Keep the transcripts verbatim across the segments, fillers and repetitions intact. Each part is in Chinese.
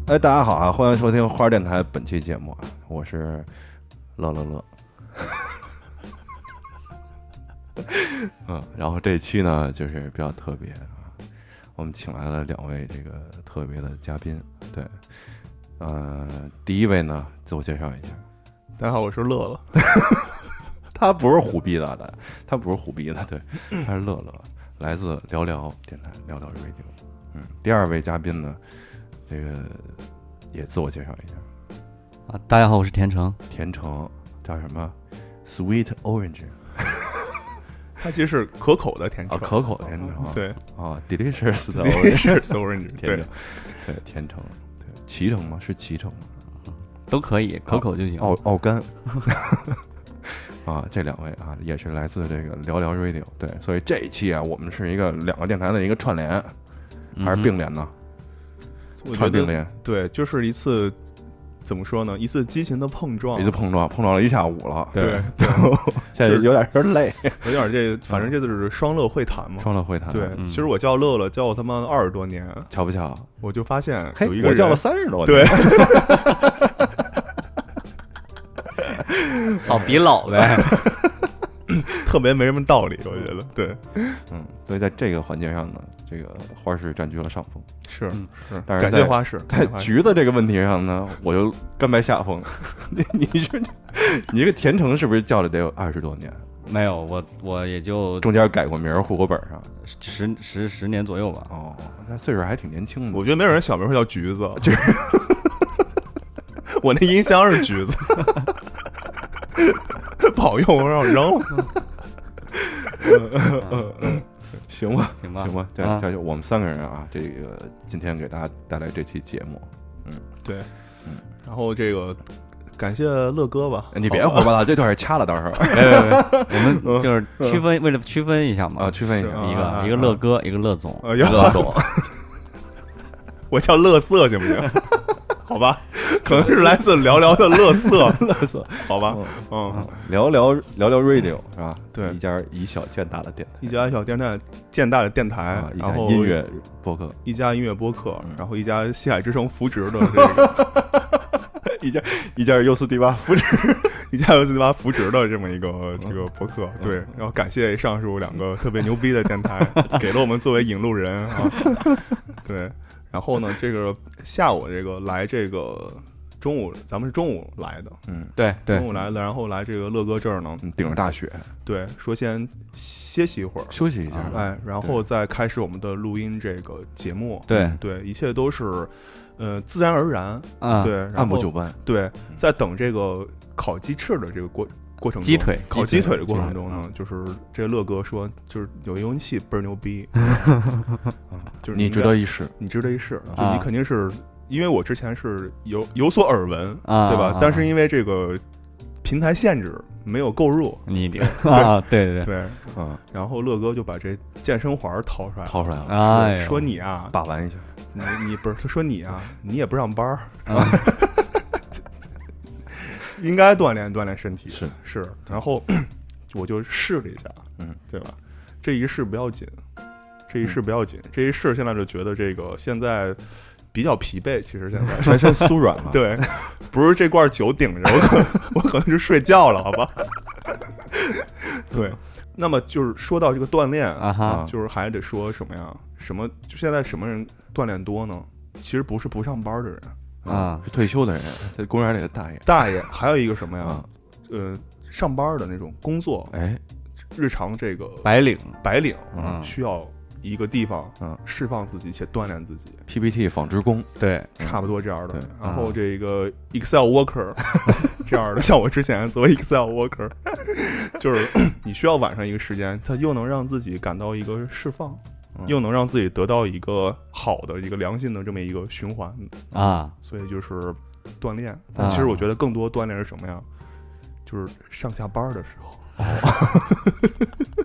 哎，大家好啊，欢迎收听花电台本期节目啊，我是乐乐乐。嗯，然后这一期呢，就是比较特别啊，我们请来了两位这个特别的嘉宾。对，呃，第一位呢，自我介绍一下。 大家好，我是乐乐。 他不是虎逼的，的他不是虎逼的，对，他是乐乐，来自聊聊电台，聊聊 radio。嗯，第二位嘉宾呢，这个也自我介绍一下。 啊，大家好，我是田成。 田成叫什么 ？Sweet Orange。 它其实是可口的甜橙， 啊，可口的甜橙， 对啊 ，delicious 的 orange，delicious orange， 对对，甜橙，对，脐橙吗？是脐橙吗？ 都可以，可口就行。 奥奥甘，啊，这两位啊，也是来自这个聊聊 radio， 对，所以这一期啊，我们是一个两个电台的一个串联，还是并联呢？ 嗯、 串并联， 对，就是一次。怎么说呢？一次激情的碰撞， 一次碰撞，碰撞了一下午了。 对， 对现在有点有点累， 有点这，反正这就是双乐会谈嘛。 双乐会谈。 对， 嗯、 其实我叫乐乐，叫我他妈二十多年， 巧不巧？ 我就发现有一个人， 我叫了三十多年。 对， 操，比老呗。 特别没什么道理，我觉得。对， 嗯，所以在这个环节上呢，这个花市占据了上风。 是是， 但是感谢花市。 在橘子这个问题上呢，我就甘拜下风。你说，你这个甜橙是不是叫了得有二十多年？ 没有，我我也就中间改过名，户口本上十十十年左右吧。 哦，那岁数还挺年轻的。 我觉得没有人小名会叫橘子，就是我那音箱是橘子。不好用，我让我扔了。 嗯嗯嗯，行吧， 行吧， 行吧。对，这就我们三个人啊，这个今天给大家带来这期节目。嗯， 对，嗯，然后这个感谢乐哥吧， 你别胡说八道，这段是掐了，到时候。 别别别，我们就是区分，为了区分一下嘛， 啊，区分一下， 一个一个乐哥，一个乐总， 乐总。 我叫乐色行不行？好吧，可能是来自聊聊的乐色， 乐色， 好吧， 嗯，嗯聊聊聊聊 radio 是吧？ 对， 一家以小见大的电台， 一家小电台见大的电台， 啊、一家音乐播客， 一家音乐播客，嗯、然后一家西海之声扶植的这个， 一家一家优斯迪巴扶植， 一家优斯迪巴扶植的这么一个这个播客，对，然后感谢上述两个特别牛逼的电台，给了我们作为引路人啊，对。然后呢，这个下午这个来这个中午，咱们是中午来的， 嗯，对对， 中午来的，然后来这个乐哥这儿呢， 顶着大雪， 对，说先歇息一会儿， 休息一下， 哎，然后再开始我们的录音这个节目， 对对，一切都是呃自然而然， 啊， 对， 按部就班， 对，在等这个烤鸡翅的这个过。过程中鸡腿烤鸡腿的过程中呢，就是这乐哥说，就是有一游戏倍儿牛逼，就是你值得一试， 你值得一试，就你肯定是因为我之前是有有所耳闻， 啊、 对吧？但是因为这个平台限制没有购入， 你啊，对对对对，嗯，然后乐哥就把这健身环掏出来， 掏出来了， 哎， 说你啊， 把玩一下， 你你不是他说你啊，你也不上班啊。 应该锻炼锻炼身体， 是是，然后我就试了一下， 嗯， 对吧？这一试不要紧，这一试不要紧，嗯、这一试现在就觉得这个现在比较疲惫，其实现在全身酥软了， 对，不是这罐酒顶着，我可我可能就睡觉了，好吧？对，那么就是说到这个锻炼啊哈， 就是还得说什么呀？什么？就现在什么人锻炼多呢？其实不是不上班的人。 啊， 是退休的人，在公园里的大爷， 大爷，还有一个什么呀？啊、呃，上班的那种工作， 哎， 日常这个白领， 白领， 嗯， 需要一个地方， 嗯， 释放自己且锻炼自己。 P P T 纺织工， 对， 差不多这样的。 对， 然后这个 Excel worker 这样的，像我之前作为 Excel worker， 就是你需要晚上一个时间，它又能让自己感到一个释放。又能让自己得到一个好的一个良性的这么一个循环啊， 所以就是锻炼。但其实我觉得更多锻炼是什么呀？就是上下班的时候， 哦、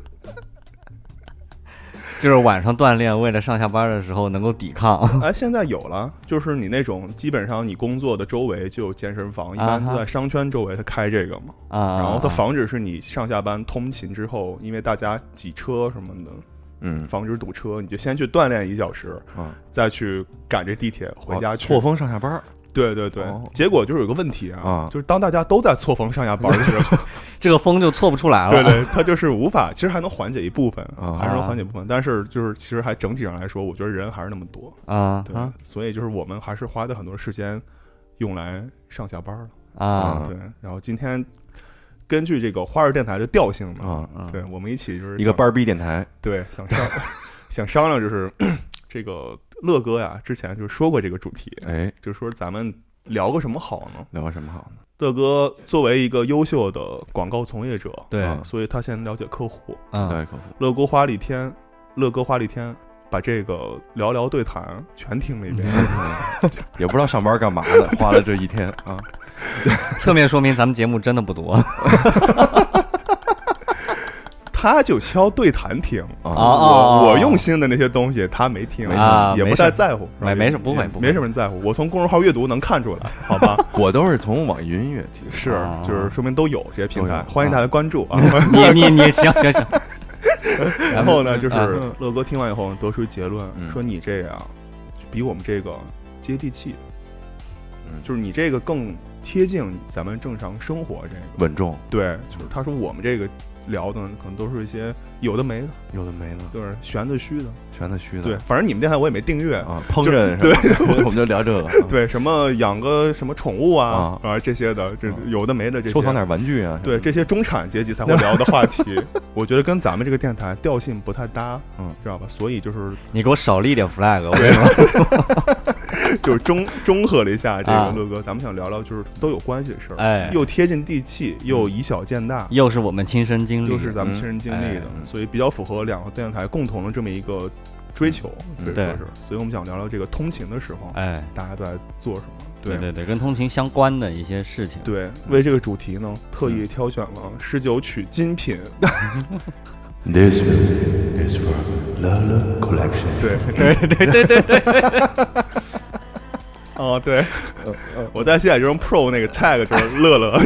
就是晚上锻炼，为了上下班的时候能够抵抗。 哎，现在有了，就是你那种基本上你工作的周围就有健身房，一般都在商圈周围，它开这个嘛， 啊， 然后它防止是你上下班通勤之后，因为大家挤车什么的。 嗯， 防止堵车，你就先去锻炼一小时， 啊， 再去赶这地铁回家去。 错峰上下班。 对对对， 哦、 结果就是有个问题啊， 啊就是当大家都在错峰上下班的时候， 这个风就错不出来了。 对对，它就是无法，其实还能缓解一部分， 啊、 还是能缓解一部分，但是就是其实还整体上来说，我觉得人还是那么多啊， 对，啊所以就是我们还是花的很多时间用来上下班了啊。 对，然后今天根据这个花儿电台的调性嘛， 啊， 对我们一起就是一个班儿逼电台， 对，想商想商量就是这个乐哥呀，之前就说过这个主题， 哎， 就说咱们聊个什么好呢？ 聊个什么好呢？ 乐哥作为一个优秀的广告从业者， 对， 啊、所以他先了解客户， 嗯， 了解客户。 乐哥花了一天，乐哥花了一天把这个聊聊对谈全听了一遍， 也不知道上班干嘛的，花了这一天啊。 侧面说明咱们节目真的不多。 他就敲对谈听啊， 我我用心的那些东西他没听啊， 也不太在乎， 没没事，不会， 没什么人在乎。我从公众号阅读能看出来，好吧？ 我都是从网易云音乐听， 是，就是说明都有这些平台， 有欢迎大家关注啊！ 你你你行行行。 然后呢，就是乐哥听完以后得出结论， 嗯说你这样比我们这个接地气， 嗯， 就是你这个更贴近咱们正常生活这个稳重。 对，就是他说我们这个聊的可能都是一些有的没的， 有的没的， 就是玄的虚的， 全的虚的。 对，反正你们电台我也没订阅啊，烹饪对， 我们就聊这个。 对，什么养个什么宠物啊啊啊这些的，这有的没的这些， 收藏点玩具啊， 对，这些中产阶级才会聊的话题，我觉得跟咱们这个电台调性不太搭， 嗯， 知道吧？所以就是你给我少立点 flag，我跟你说， 就是中中和了一下这个啊乐哥，咱们想聊聊就是都有关系的事儿， 哎， 又贴近地气，又以小见大， 又是我们亲身经历， 又是咱们亲身经历的， 嗯所以比较符合两个电台共同的这么一个追求，可以说是。所以我们想聊聊这个通勤的时候， 哎， 大家都在做什么？ 对对对，跟通勤相关的一些事情。 对，为这个主题呢，特意挑选了十九曲精品。 This music is from Lala Collection。 对对对对对对对。 哦，对，我在现在就用 Pro 那个 tag 就是乐乐。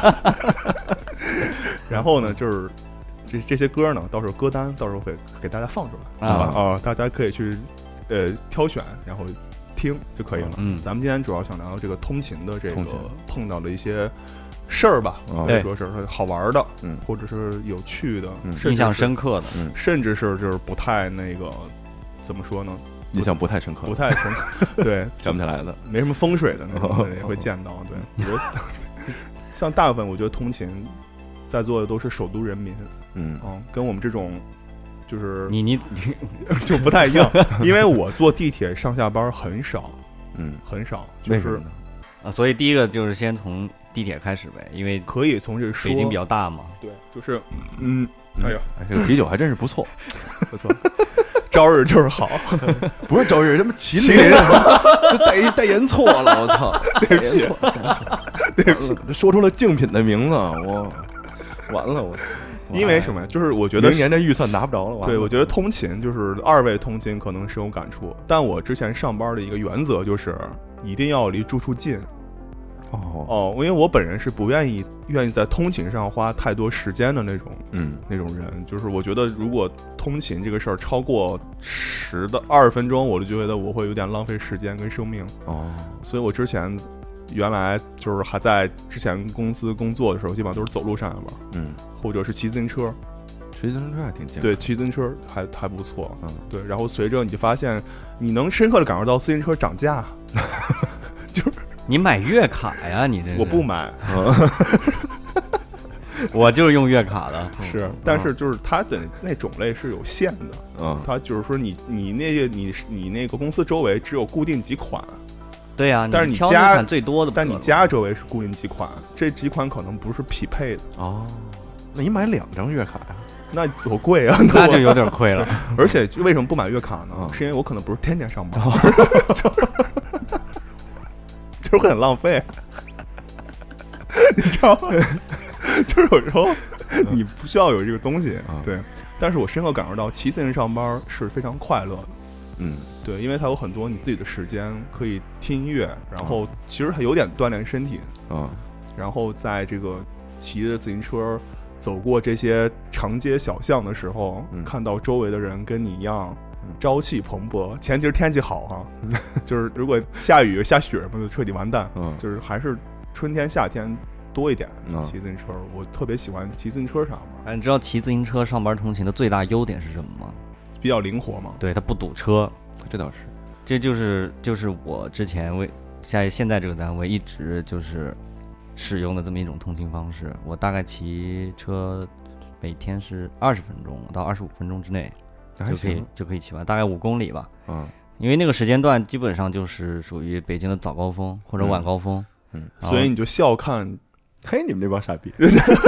然后呢，就是这这些歌呢，到时候歌单到时候会给大家放出来， 啊啊，大家可以去呃挑选，然后听就可以了。 嗯， 咱们今天主要想聊聊这个通勤的这个通勤碰到的一些事儿吧，可以说是好玩的， 嗯， 或者是有趣的， 嗯， 印象深刻的， 嗯， 甚至是就是不太那个怎么说呢？ 印象不太深刻， 不太深刻，对， 想不起来的， 没什么风水的那种也会见到。对，我觉得像大部分，我觉得通勤在座的都是首都人民， 嗯嗯，跟我们这种就是你你就不太一样，因为我坐地铁上下班很少， 嗯， 很少，就是啊，所以第一个就是先从地铁开始呗，因为可以从这说， 北京比较大嘛， 对，就是嗯，哎呦， 这个啤酒还真是不错， 不错。朝日就是好， 不是朝日，他妈麒麟，这代代言错了，我操！ 对不起，对不起， 说出了竞品的名字，我完了，我因为什么呀？就是我觉得明年这预算拿不着了。 对，我觉得通勤就是二位通勤可能深有感触，但我之前上班的一个原则就是一定要离住处近。 哦哦，因为我本人是不愿意愿意在通勤上花太多时间的那种， 嗯， 那种人，就是我觉得如果通勤这个事儿超过十到二十分钟，我就觉得我会有点浪费时间跟生命。 哦， 所以我之前原来就是还在之前公司工作的时候，基本上都是走路上下班， 嗯， 或者是骑自行车。 骑自行车还挺健康， 对，骑自行车还还不错， 嗯， 对。然后随着你就发现，你能深刻的感受到自行车涨价，就是你买月卡呀，你这我不买， 我就是用月卡的， 是，但是就是它的那种类是有限的， 嗯， 它就是说你你那个你你那个公司周围只有固定几款， 对呀， 但是你挑家款最多的， 但你家周围是固定几款，这几款可能不是匹配的。 哦，那你买两张月卡呀？ 那多贵啊！ 那就有点亏了。 而且为什么不买月卡呢？ 嗯、 是因为我可能不是天天上班，就是会很浪费，你知道吗？就是有时候你不需要有这个东西， 嗯、 对。但是我深刻感受到骑自行车上班是非常快乐的， 嗯， 对，因为它有很多你自己的时间可以听音乐，然后其实还有点锻炼身体， 嗯， 然后在这个骑着自行车走过这些长街小巷的时候， 嗯、 看到周围的人跟你一样朝气蓬勃，前提是天气好哈、啊，就是如果下雨下雪什么的彻底完蛋， 嗯， 就是还是春天夏天多一点骑自行车、嗯，我特别喜欢骑自行车上嘛。 哎，你知道骑自行车上班通勤的最大优点是什么吗？ 比较灵活嘛。 对，它不堵车， 这倒是。 这就是就是我之前为在现在这个单位一直就是使用的这么一种通勤方式。我大概骑车每天是二十分钟到二十五分钟之内就可以就可以骑完，大概五公里吧。 嗯， 因为那个时间段基本上就是属于北京的早高峰或者晚高峰。 嗯， 嗯所以你就笑看， 嘿，你们这帮傻逼。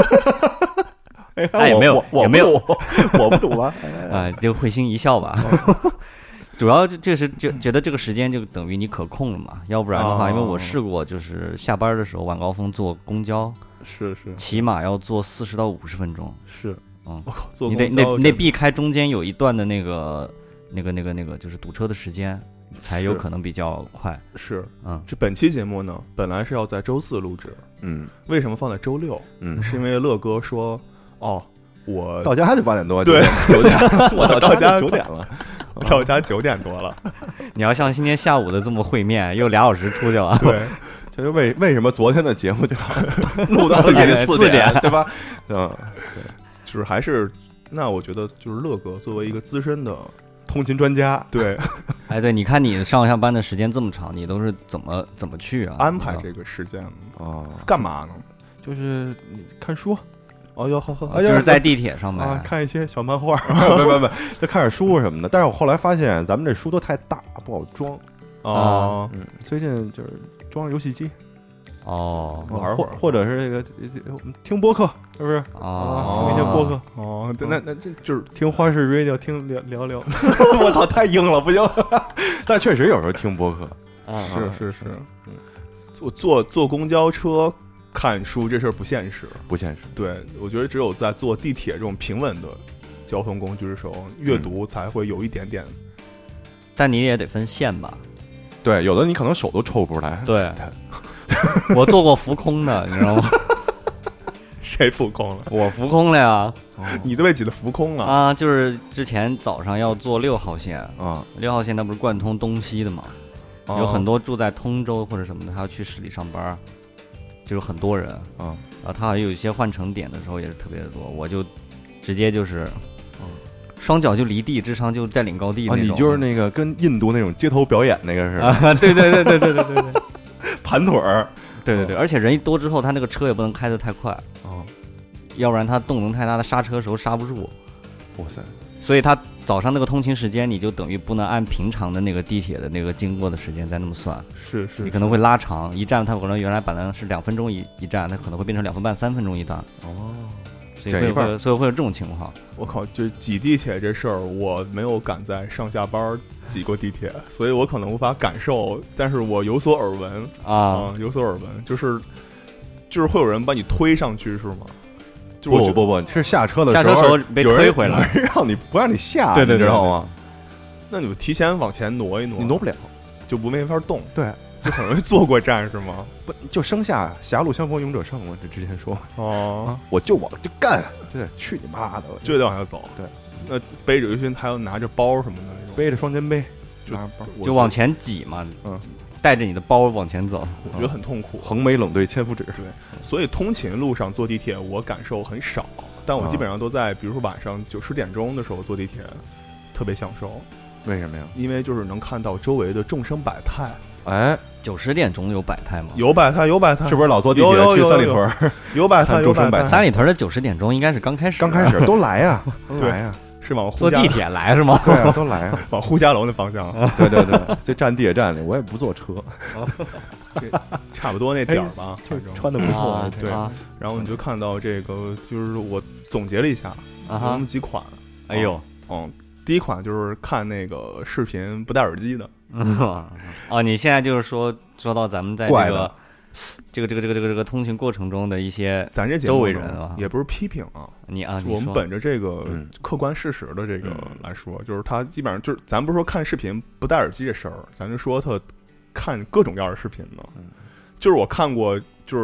哎，也没有， 也没有， 我不懂啊， 啊，就会心一笑吧。主要这是就觉得这个时间就等于你可控了嘛，要不然的话， 哦、 因为我试过，就是下班的时候晚高峰坐公交， 是是， 起码要坐四十到五十分钟。 是， 嗯， 我靠，坐你得你得你得避开中间有一段的那个那个那个那个就是堵车的时间，才有可能比较快。 是， 嗯， 这本期节目呢，本来是要在周四录制， 嗯， 为什么放在周六？ 嗯， 是因为乐哥说，哦。我到家就八点多， 对， 九点，我到家九点了， 到家九点多了。 你要像今天下午的这么会面，又俩小时出去了。 对， 这就为为什么昨天的节目就录到了夜里四点，对吧？嗯，对， 就是还是那我觉得就是乐哥作为一个资深的通勤专家， 对， 哎，对，你看你上下班的时间这么长，你都是怎么怎么去啊？ 安排这个时间哦， 干嘛呢？ 就是看书。 哦哟，好好好， 就是在地铁上面、 啊、看一些小漫画，不不不，就看点书什么的。但是我后来发现，咱们这书都太大，不好装。 哦， 嗯，最近就是装上游戏机， 哦， 玩或或者是这个听播客，是不是？ 哦， 听一些播客。 哦，对，那那这就是听花式 radio， 听聊聊聊。我操，太硬了，不行。但确实有时候听播客。 啊， 是是是，嗯，我坐坐公交车。看书这事儿不现实， 不现实。 对，我觉得只有在坐地铁这种平稳的交通工具的时候，阅读才会有一点点。 嗯、但你也得分线吧？ 对，有的你可能手都抽不出来。 对，我做过浮空的，你知道吗？ 谁浮空了？ 我浮空了呀！ 哦、你都被挤得浮空了啊！就是之前早上要坐六号线啊， 六号线那不是贯通东西的嘛？ 哦、 有很多住在通州或者什么的，他要去市里上班。就是很多人， 嗯， 然后他好像有一些换乘点的时候也是特别的多，我就直接就是，嗯，双脚就离地，智商就占领高地那种。 啊，你就是那个跟印度那种街头表演那个似的， 啊，对对对对对对对对， 盘腿儿， 对对对，而且人一多之后，他那个车也不能开得太快， 哦， 要不然他动能太大，他刹车的时候刹不住。 哇塞！ 所以他早上那个通勤时间，你就等于不能按平常的那个地铁的那个经过的时间再那么算， 是是， 你可能会拉长一站，它可能原来本来是两分钟一一站，它可能会变成两分半、三分钟一站。 哦， 所以会会所以会有这种情况。 我靠，就挤地铁这事儿，我没有赶在上下班挤过地铁，所以我可能无法感受，但是我有所耳闻啊、 呃，有所耳闻，就是就是会有人把你推上去，是吗？就不不不，是下车的时候， 下车时候被推回来， 让你不让你下， 对对对， 你知道吗？ 那你就提前往前挪一挪， 你挪不了， 就不没法动。 对， 就很容易坐过站，是吗？ 不，就生下狭路相逢勇者胜，我就之前说哦、 啊，我就往就干，对，去你妈的， 就得往下走。 对， 那背着尤其还要拿着包什么的那种， 背着双肩背， 就拿着包就往前挤嘛， 嗯。 带着你的包往前走， 我觉得很痛苦。 横眉冷对千夫指， 对，所以通勤路上坐地铁我感受很少，但我基本上都在，比如说晚上九十点钟的时候坐地铁，特别享受。 为什么呀？ 因为就是能看到周围的众生百态。 哎， 九十点钟有百态吗？ 有百态，有百态， 是不是老坐地铁去三里屯？ 有百态，有百态。 三里屯的九十点钟应该是刚开始， 刚开始都来呀，都来呀。 是往坐地铁来是吗？ 对啊，都来啊， 往呼家楼那方向。 对对对，就站地铁站里，我也不坐车， 差不多那点儿吧。 穿的不错， 啊、 对。 啊、 然后你就看到这个，就是我总结了一下，有那么几款。 哎呦， 嗯，第一款就是看那个视频不戴耳机的。 哦，你现在就是说说到咱们在这个。这个这个这个这个这个通勤过程中的一些咱这周围人啊， 也不是批评啊， 你啊， 我们本着这个客观事实的这个来说，嗯、就是他基本上就是咱不是说看视频不戴耳机这事儿，咱就说他看各种各样的视频呢。嗯、就是我看过，就是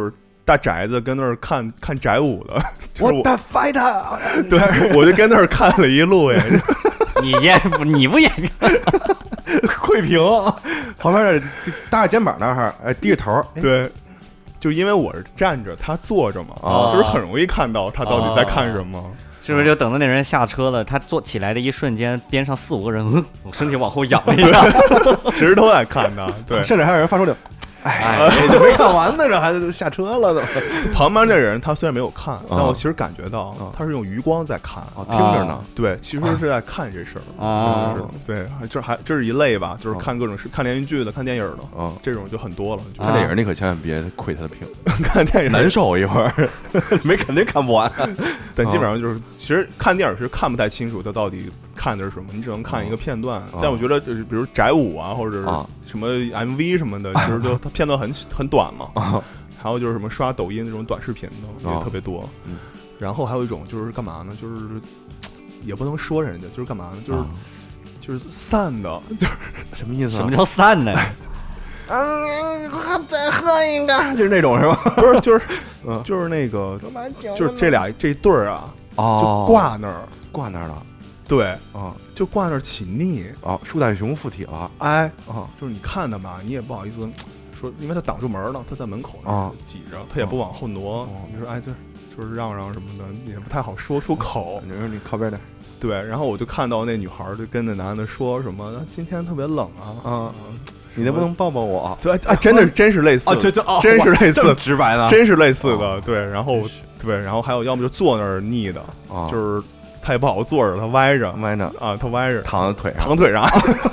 大宅子跟那儿看看宅舞的，就是我 What the fight？ 对，我就跟那儿看了一路呀。 你演不你不演窥屏，旁边的搭着肩膀那儿，哎，低着头， 对，就因为我是站着，他坐着嘛， 啊就是很容易看到他到底在看什么。 是不是就等到那人下车了，他坐起来的一瞬间，边上四五个人，嗯，我身体往后仰了一下， 其实都在看他，对， 甚至还有人发出的。哎，这没看完呢，这还下车了都。 旁边这人他虽然没有看， 啊但我其实感觉到他是用余光在看， 啊，听着呢。 对，其实是在看这事儿啊。 对，这还这是一类吧，就是看各种看连续剧的、看电影的， 啊， 这种就很多了。 看电影你可千万别窥他的屏， 看电影难受一会儿，没肯定看不完。 但基本上就是，其实看电影是看不太清楚他到底看的是什么，你只能看一个片段。但我觉得就是，比如宅舞啊，或者是什么 M V 什么的，其实就它片段很很短嘛。还有就是什么刷抖音那种短视频的也特别多。然后还有一种就是干嘛呢？就是也不能说人家，就是干嘛呢？就是就是散的，就是什么意思？ 什么叫散呢？ 嗯，再喝一个，就是那种是吧？ 不是，就是就是那个，就是这俩这对儿啊，就挂那儿， 挂那儿了。 对啊， 就挂那儿起腻啊，树袋熊附体了， 哎啊，就是你看他吧，你也不好意思说，因为他挡住门了，他在门口啊挤着，他也不往后挪，你说哎，这就是让让什么的，也不太好说出口。 你说你靠边点， 对，然后我就看到那女孩就跟那男的说什么，今天特别冷啊啊， 你能不能抱抱我？ 对啊，真的真是类似， 这这真是类似， 直白的， 真是类似的，对，然后对，然后还有要么就坐那儿腻的，就是。他也不好坐着，他歪着， 歪着啊，他歪着， 躺在腿上， 躺腿上，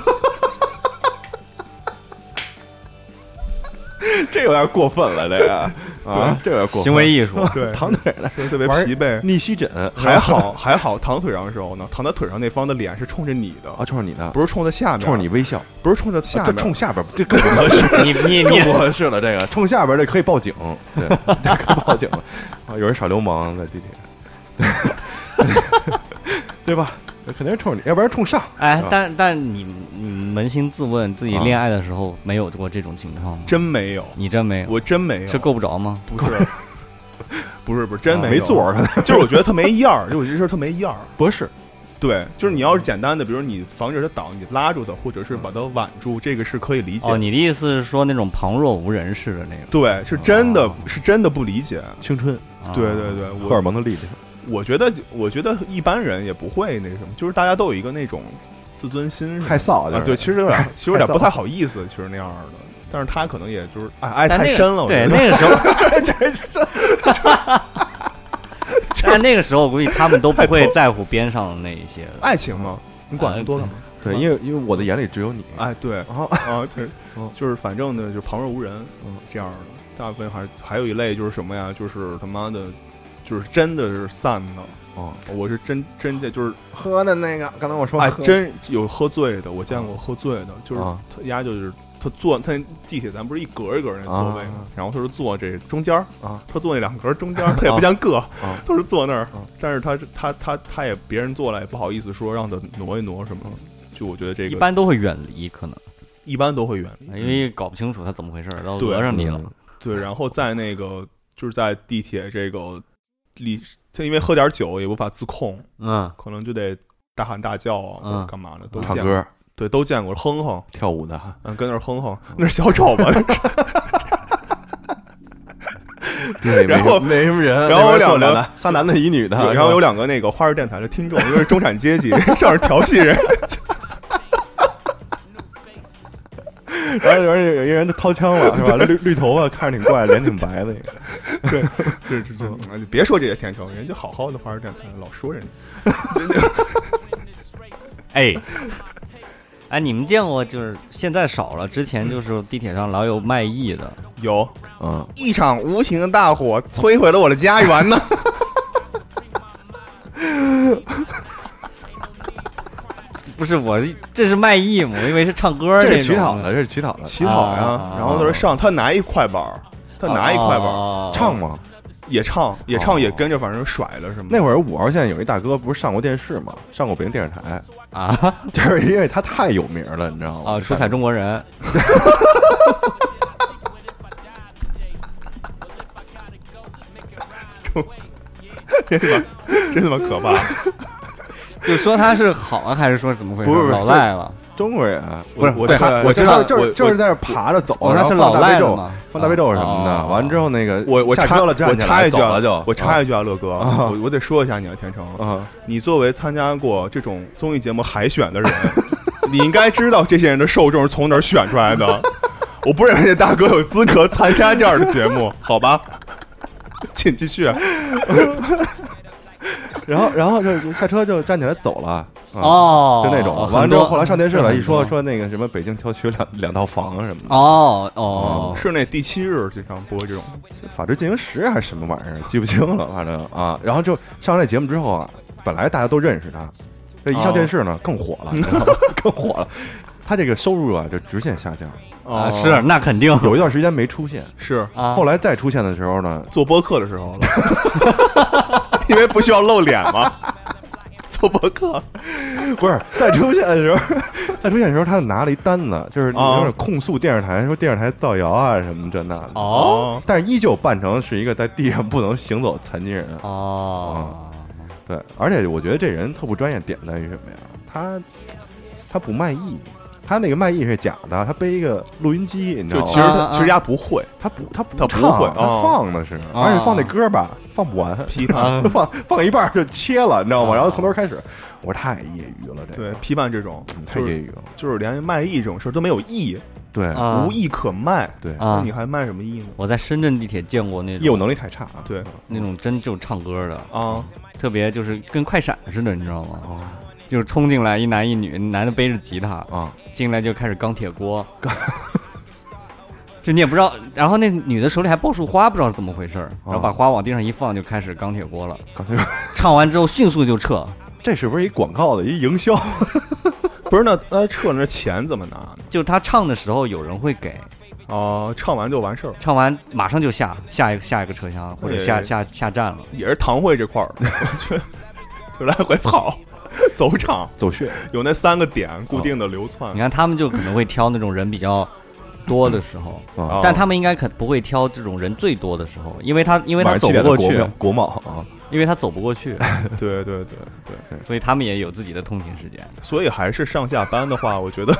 这有点过分了，这个啊，这有点过分， 行为艺术， 对， 躺腿上， 特别疲惫， 逆袭枕还好还好，躺腿上的时候呢，躺在腿上那方的脸是冲着你的啊，冲着你的， 不是冲着下面， 冲着你微笑， 不是冲着下面， 这冲下边，这更不合适， 你你更不合适了，这个冲下边这可以报警，对，这可以报警了啊，有人耍流氓在地铁。对吧？肯定是冲你，要不然冲上。 哎，但但你你扪心自问，自己恋爱的时候没有过这种情况吗？ 真没有， 你真没有， 我真没有， 是够不着吗？ 不是，不是，不是，真没没座儿， 就是我觉得他没样儿，就我这事儿他没样儿。 不是， 对，就是你要是简单的，比如你防止他倒，你拉住他，或者是把他挽住，这个是可以理解。 哦，你的意思是说那种旁若无人似的那种？ 对，是真的，是真的不理解青春。 对对对， 荷尔蒙的力量。 我觉得，我觉得一般人也不会那什么，就是大家都有一个那种自尊心， 害臊啊，对，其实有点，其实有点不太好意思，其实那样的。但是他可能也就是爱爱太深了， 对，那个时候太深。 但那个时候，我估计他们都不会在乎边上的那一些爱情嘛，你管那么多干嘛？ 对，因为因为我的眼里只有你。 哎，对，啊啊，对，就是反正呢，就旁若无人，嗯，这样的。大部分还还有一类就是什么呀？就是他妈的。就是真的是散的哦，我是真真的就是喝的那个，刚才我说哎，真有喝醉的，我见过喝醉的，就是他丫就是他坐他地铁咱不是一格一格那座位吗？然后他是坐这中间啊，他坐那两格中间，他也不像硌，都是坐那儿，但是他他他他也别人坐来也不好意思说让他挪一挪什么，就我觉得这个一般都会远离，可能一般都会远离， 因为搞不清楚他怎么回事，都讹上你了。 对，然后在那个就是在地铁这个。里，因为喝点酒也无法自控， 嗯， 可能就得大喊大叫啊，或者干嘛的，都唱歌， 对，都见过，哼哼， 跳舞的， 嗯，跟那儿哼哼，那是小丑吧？ 对，然后没什么人， 然后有两个仨男的一女的， 然后有两个那个花儿电台的听众，因为中产阶级，上是调戏人。 然后有人有一个人就掏枪了，是吧？绿绿头发，看着挺怪，脸挺白的。 对，对对对，别说这些天成，人家好好的花儿电台，老说人家。 哎，哎，你们见过就是现在少了，之前就是地铁上老有卖艺的， 有， 嗯， 一场无情的大火摧毁了我的家园呢。 不是我，这是卖艺嘛？我以为是唱歌那种。 这是乞讨的，这是乞讨的， 乞讨呀。啊、然后他说上，他拿一快板，他拿一快板、 啊、唱吗？ 也唱，也唱，也跟着，反正甩了什么。 那会儿五号线有一大哥，不是上过电视吗？上过北京电视台啊， 就是因为他太有名了，你知道吗？ 啊，出彩中国人。 真他妈真他妈可怕！ 就说他是好啊，还是说怎么回事？ 不是老赖了， 中国人啊， 不是我对我我知道就是我就是在这爬着走， 哦， 然后他是老放大悲咒赖了嘛， 放大悲咒什么的。 哦完之后那个我我插下车了， 我站起插一句啊来走了，就我插一句啊，乐哥， 啊我我得说一下你啊，天成， 啊， 你作为参加过这种综艺节目海选的人，你应该知道这些人的受众是从哪儿选出来的。我不认为这大哥有资格参加这样的节目，好吧？请继续。 然后然后就就下车就站起来走了。啊哦， 就那种， 哦完了之后后来上电视了， 很多一说说那个什么北京郊区两两套房什么的， 哦哦， 是那第七日经常播这种， 法制进行时还是什么玩意儿，记不清了，反正啊，然后就上这节目之后啊，本来大家都认识他，这一上电视呢更火了，你知道吗？更火了，他这个收入啊就直线下降， 啊是那肯定有一段时间没出现， 是啊， 后来再出现的时候呢， 做播客的时候了，因为不需要露脸嘛。做播客不是再出现的时候，再出现的时候，他拿了一单子，就是有点控诉电视台，说电视台造谣啊什么这那的。 哦， 但是依旧扮成是一个在地上不能行走残疾人。 哦， 对，而且我觉得这人特不专业，点在于什么呀？他他不卖艺，他那个卖艺是假的，他背一个录音机，你知道吗？ 就其实啊啊他其实丫不会， 他不他不他不唱会他放的是，而且放那歌吧放不完， 批判放放一半就切了，你知道吗？然后从头开始，我说太业余了，这个对批判这种太业余了， 就是连卖艺这种事儿都没有艺， 对啊无艺可卖， 对， 啊那你还卖什么艺呢？ 我在深圳地铁见过那业务种能力太差啊， 对那种真就唱歌的， 啊， 特别就是跟快闪似的，你知道吗？ 哦就是冲进来一男一女，男的背着吉他啊， 进来就开始钢铁锅，就你也不知道，然后那女的手里还抱束花，不知道是怎么回事儿，然后把花往地上一放，就开始钢铁锅了。 刚才唱完之后迅速就撤， 这是不是一广告的一营销？ 不是那那撤那钱怎么拿呢？ 就他唱的时候有人会给， 哦，唱完就完事儿， 唱完马上就下下一个下一个车厢或者下对下下站了。 也是堂会这块儿，就就来回跑。走场走穴有那三个点固定的流窜你，看他们就可能会挑那种人比较多的时候， 啊， 但他们应该可不会挑这种人最多的时候，因为他因为他走不过去， 国贸啊， 因为他走不过去， 对对对对， 所以他们也有自己的通勤时间。 所以还是上下班的话，我觉得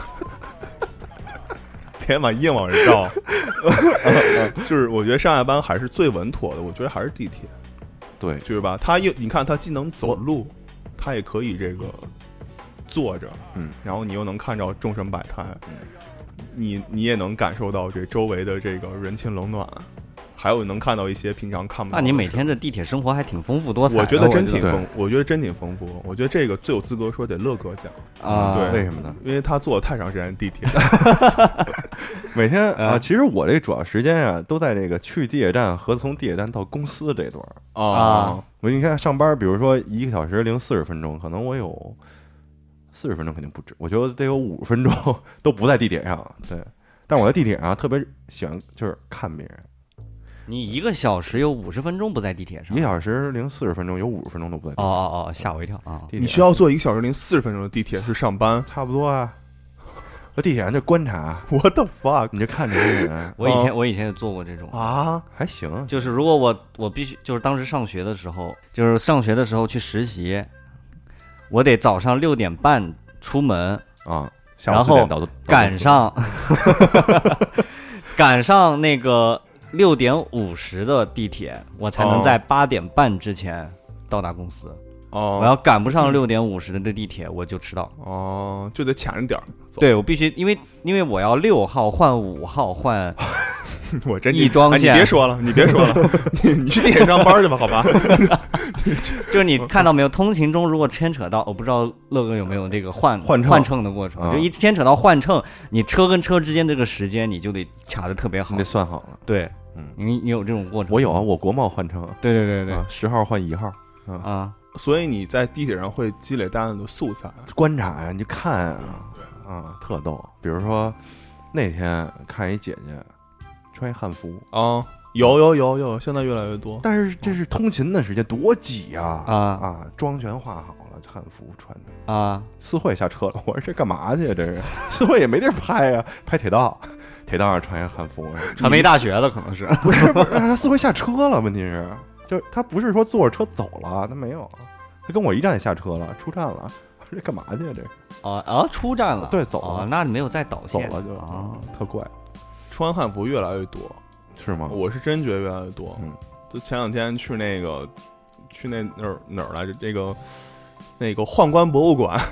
别往硬往上照，就是我觉得上下班还是最稳妥的，我觉得还是地铁， 对， 就是吧？他又你看他既能走路，他也可以这个坐着， 嗯， 然后你又能看到众生百态， 嗯， 你你也能感受到这周围的这个人情冷暖，还有能看到一些平常看不到的事。 那你每天的地铁生活还挺丰富多彩的， 我觉得真挺对丰，我觉得真挺丰富。我觉得这个最有资格说得乐哥讲， 啊， 对为什么呢？ 因为他坐了太长时间地铁。 每天啊， 啊其实我这主要时间啊，都在这个去地铁站和从地铁站到公司这段儿。 啊我你看上班，比如说一个小时零四十分钟，可能我有四十分钟肯定不止，我觉得得有五十分钟都不在地铁上。对，但我在地铁上特别喜欢就是看别人， 你一个小时有五十分钟不在地铁上一个，小时零四十分钟有五十分钟都不在地哦铁上。 哦哦，吓我一跳啊！ 地铁你需要坐一个小时零四十分钟的地铁去上班差不多啊。我地铁上就观察， ？What the fuck 你就看这些人我以前我以前也做过这种， 啊？ 还行， 就是如果我我必须就是当时上学的时候，就是上学的时候去实习，我得早上六点半出门， 啊，下午然后四点到赶上赶上那个六点五十的地铁，我才能在八点半之前到达公司。 哦， 我要赶不上六点五十的这地铁，我就迟到。 哦，就得抢着点儿走。 对我必须，因为因为我要六号换五号换我真亦庄线哎你别说了，你别说了，你你去地铁上班去吧，好吧？ 就是你看到没有？通勤中如果牵扯到，我不知道乐哥有没有这个换换乘换乘的过程， 啊就一牵扯到换乘，你车跟车之间这个时间你就得卡的特别好你得。算好了。 对， 嗯你你有这种过程？ 我有啊，我国贸换乘， 对对对对啊，十号换一号， 啊， 所以你在地铁上会积累大量的素材。 观察呀，你就看啊，啊，特逗。比如说那天看一姐姐穿一汉服， 啊，有有有有，现在越来越多。 但是这是通勤的时间，多挤呀！ 啊啊，妆全化好了，汉服穿着。 啊， 思慧下车了，我说这干嘛去啊？这是思慧也没地儿拍呀，拍铁道，铁道上穿一汉服， 传媒大学的可能是不是不是，他思慧下车了，问题是。 就他不是说坐着车走了，他没有，他跟我一站下车了，出站了，这干嘛去啊？这哦哦，出站了， 对，走了， 哦、那你没有再导线， 走了就啊、 哦，特怪， 穿汉服越来越多， 是吗？ 我是真觉得越来越多。 嗯， 就前两天去那个去那哪儿哪儿来着？这个那个宦官博物馆。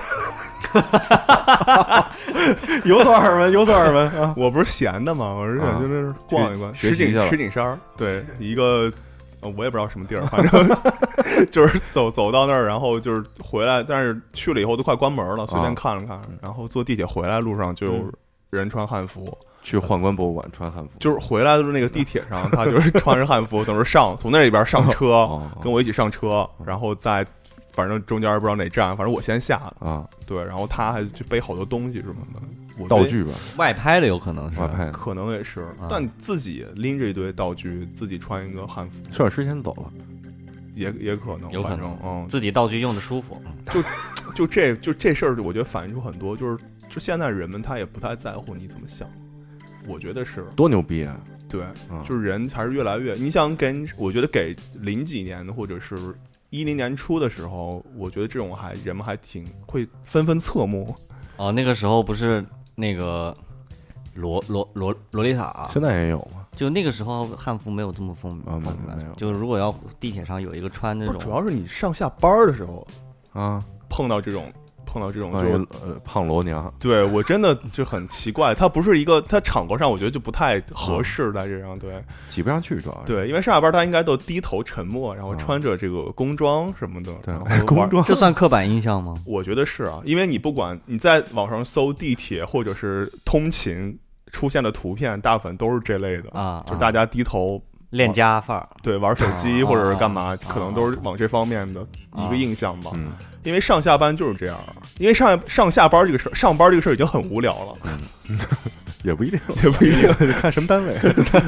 有所耳闻，有所耳闻啊！ 我不是闲的嘛，我是想就是逛一逛。石景石景山，对，一个我也不知道什么地儿，反正就是走走到那儿，然后就是回来，但是去了以后都快关门了，随便看了看，然后坐地铁回来路上就有人穿汉服。 去宦官博物馆穿汉服， 就是回来的那个地铁上，他就是穿着汉服，等着上从那里边上车，跟我一起上车，然后再。反正中间不知道哪站，反正我先下了啊， 对，然后他还去背好多东西什么的， 道具吧， 外拍的有可能是， 外拍可能也是，啊、但自己拎着一堆道具，自己穿一个汉服， 摄影师先走了， 也也可能， 有可能， 嗯， 自己道具用的舒服， 就就这就这事儿，我觉得反映出很多，就是就现在人们他也不太在乎你怎么想，我觉得是多牛逼啊， 对， 嗯、 就是人还是越来越，你想给，我觉得给零几年的或者是。一零年初的时候，我觉得这种还人们还挺会纷纷侧目。 哦，那个时候不是那个萝萝萝萝莉塔、啊， 现在也有吗？ 就那个时候汉服没有这么风靡， 风靡、嗯，就如果要地铁上有一个穿那种， 主要是你上下班的时候啊， 碰到这种。碰到这种就呃胖罗娘， 对我真的就很奇怪，他不是一个，他场合上我觉得就不太合适在这样，对， 挤不上去主要对，因为上下班他应该都低头沉默，然后穿着这个工装什么的， 对，工装， 这算刻板印象吗？ 我觉得是啊，因为你不管你在网上搜地铁或者是通勤出现的图片，大部分都是这类的啊， 就大家低头。 恋家范儿， 对，玩手机或者是干嘛，可能都是往这方面的一个印象吧。 嗯， 因为上下班就是这样，因为上上下班这个事儿，上班这个事儿已经很无聊了。 嗯，也不一定， 也不一定， 看什么单位。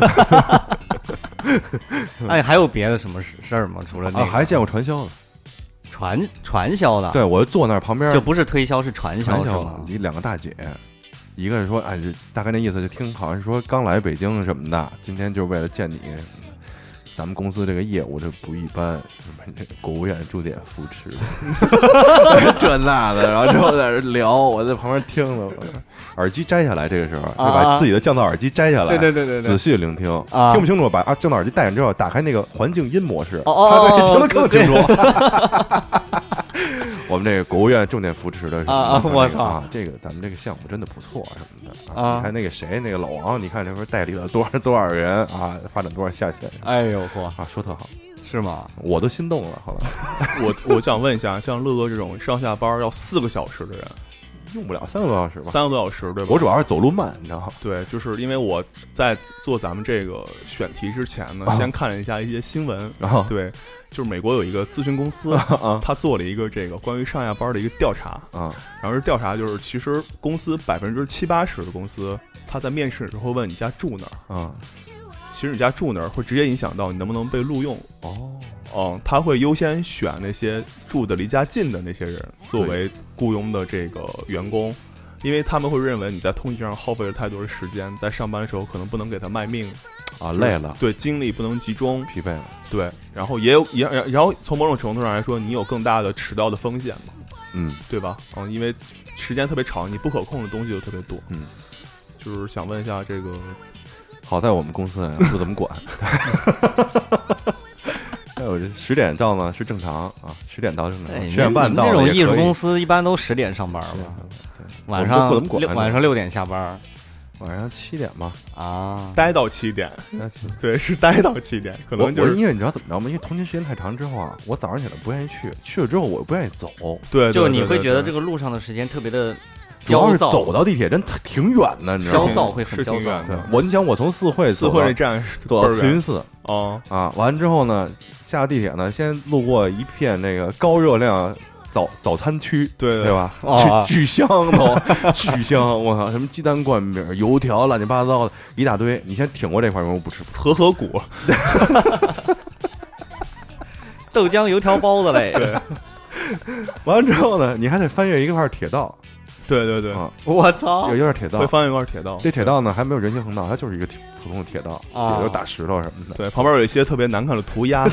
哎，还有别的什么事儿吗？除了那个， 啊，还见过传销的， 传传销的。 对，我就坐那儿旁边， 就不是推销，是传销，是吗？ 一两个大姐。一个是说，哎，大概那意思就听好像是说刚来北京什么的，今天就是为了见你，咱们公司这个业务这不一般，国务院重点扶持，这那的，然后之后在这聊，我在旁边听了，耳机摘下来，这个时候就把自己的降噪耳机摘下来， 对对对对， 仔细聆听， 啊、 听不清楚，把啊降噪耳机戴上之后，打开那个环境音模式， 哦哦， 对，听得更清楚。我们这个国务院重点扶持的是啊啊！我操啊，这个咱们这个项目真的不错什么的啊！ 你看那个谁，那个老王，你看这不是代理了多少多少人啊，发展多少下线？ 哎呦嚯啊，说特好， 是吗？ 我都心动了。后来， 我我想问一下，像乐哥这种上下班要四个小时的人， 用不了三个多小时吧？ 三个多小时，对吧？ 我主要是走路慢，你知道吗？ 对，就是因为我在做咱们这个选题之前呢， 啊、 先看了一下一些新闻。 啊、 对，就是美国有一个咨询公司， 啊、 他做了一个这个关于上下班的一个调查啊。 然后这调查就是，其实公司百分之七八十的公司，他在面试的时候会问你家住哪儿啊。 其实你家住哪儿会直接影响到你能不能被录用。 哦。 嗯，他会优先选那些住的离家近的那些人作为雇佣的这个员工。因为他们会认为你在通勤上耗费了太多的时间，在上班的时候可能不能给他卖命啊，累了， 对，精力不能集中， 疲惫了， 对，然后也有也然后从某种程度上来说，你有更大的迟到的风险嘛， 嗯， 对吧？嗯，因为时间特别长，你不可控的东西就特别多， 嗯， 就是想问一下这个， 好在我们公司不怎么管。哎，我这十点到呢是正常啊，十点到正常，十点半到。 这种艺术公司一般都十点上班吧？晚上六晚上六点下班， 晚上七点吧。 啊，待到七点，对，是待到七点，可能就是因为你知道怎么着吗？因为通勤时间太长之后啊，我早上起来不愿意去，去了之后我不愿意走， 对， 就你会觉得这个路上的时间特别的。 主要是走到地铁真挺远的，你知道吗？ 焦躁会很焦躁。 我你想，我从四惠四惠那站走到慈云寺哦啊，完了之后呢，下了地铁呢，先路过一片那个高热量早早餐区， 对对吧？ 哦、 巨香都巨香，我操，什么鸡蛋灌饼、油条，乱七八糟的一大堆。你先挺过这块，我不吃。 和合谷， 豆浆油条包子嘞。 对。 完了之后呢，你还得翻越一块铁道。 对对对， 啊， 我操有一段铁道会，翻一块铁道， 这铁道呢还没有人行横道，它就是一个普通的铁道， 啊也有打石头什么的。 对，旁边有一些特别难看的涂鸦，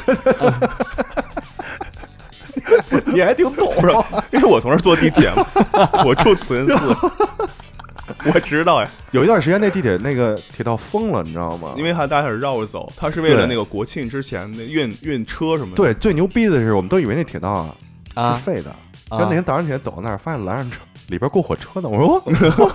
你还挺懂， 不是？因为我从这儿坐地铁嘛，我住慈恩寺，我知道呀。 有一段时间那地铁那个铁道封了，你知道吗？ 因为还大家是绕着走，他是为了对那个国庆之前那运运车什么的。 对，最牛逼的是，我们都以为那铁道啊啊是废的， 啊但那天早上起来走到那儿，发现拦上车，里边过火车呢。我说，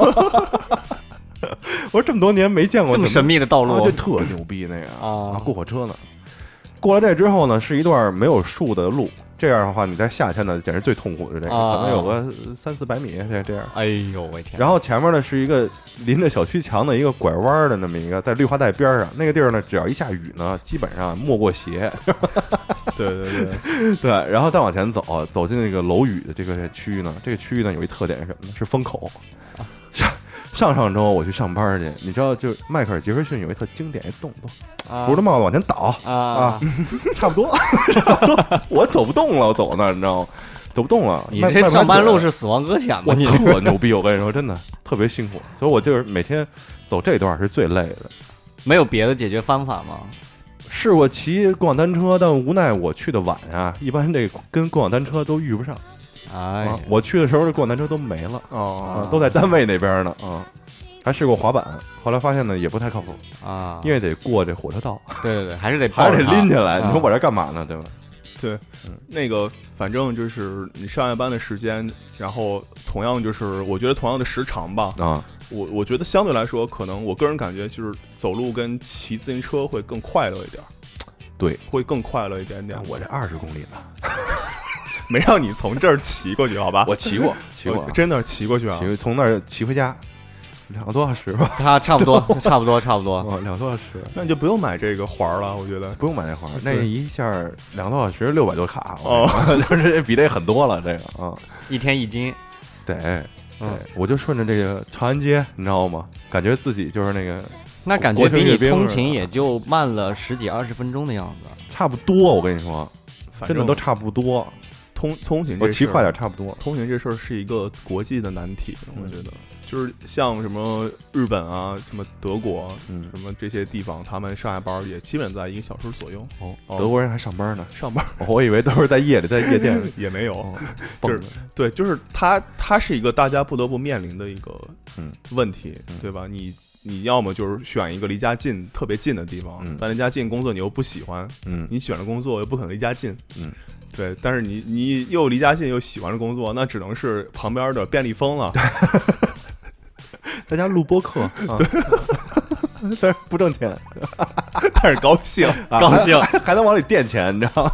我说这么多年没见过这么神秘的道路啊，就特牛逼那个啊过火车呢。过了这之后呢，是一段没有树的路。这样的话，你在夏天呢，简直最痛苦的这个， 啊可能有个三四百米这这样。 哎呦我天！ 然后前面呢是一个临着小区墙的一个拐弯的那么一个，在绿化带边上，那个地儿呢，只要一下雨呢，基本上没过鞋。 对对对对，然后再往前走，走进那个楼宇的这个区域呢，这个区域呢有一特点是什么呢？是风口。上上上周我去上班去，你知道，就迈克尔·杰克逊有一特经典一动作，扶着帽子往前倒啊啊，差不多，差不多，我走不动了，我走那儿，你知道吗？走不动了。 你这上班路是死亡搁浅吗？ 我你特牛逼，我跟你说，真的特别辛苦，所以我就是每天走这段是最累的。 没有别的解决方法吗？ 试过骑共享单车，但无奈我去的晚呀，一般这跟共享单车都遇不上。 哎啊，我去的时候，这共享单车都没了哦啊，都在单位那边呢啊。还试过滑板，后来发现呢也不太靠谱啊， 因为得过这火车道， 对对对，还是得还是得拎起来。 啊你说我这干嘛呢？对吧？ 对，那个反正就是你上下班的时间，然后同样就是我觉得同样的时长吧， 啊， 我我觉得相对来说，可能我个人感觉就是走路跟骑自行车会更快乐一点， 对， 会更快乐一点点。 我这二十公里呢， 没让你从这儿骑过去，好吧？ 我骑过，骑过我，真的骑过去啊， 骑从那儿骑回家，两个多小时吧， 他差不多，差不多，差不多。 哦，两个多小时。 那你就不用买这个环了，我觉得不用买那环，那对一下两个多小时六百多卡， 哦， 就是比这很多了，这个啊， 一天一斤， 对，对嗯， 我就顺着这个长安街，你知道吗？感觉自己就是那个那感觉国庆比你阅兵似的通勤也就慢了十几二十分钟的样子。 差不多，我跟你说， 反正真的都差不多。 通通勤这事儿， 我骑快点差不多。 通勤这事儿是一个国际的难题， 嗯我觉得就是像什么日本啊、什么德国、 嗯， 什么这些地方，他们上下班也基本在一个小时左右。 哦， 哦德国人还上班呢， 上班我以为都是在夜里，在夜店里。 也没有， 哦就是蹦着对，就是它，它是一个大家不得不面临的一个嗯问题， 嗯对吧？你你要么就是选一个离家近、特别近的地方， 嗯但离家近工作你又不喜欢， 嗯你选了工作又不可能离家近， 嗯， 对，但是你你又离家近又喜欢的工作，那只能是旁边的便利蜂了。 在家录播客，啊，虽然不挣钱， 但是高兴， 啊高兴还还能往里垫钱，你知道吗？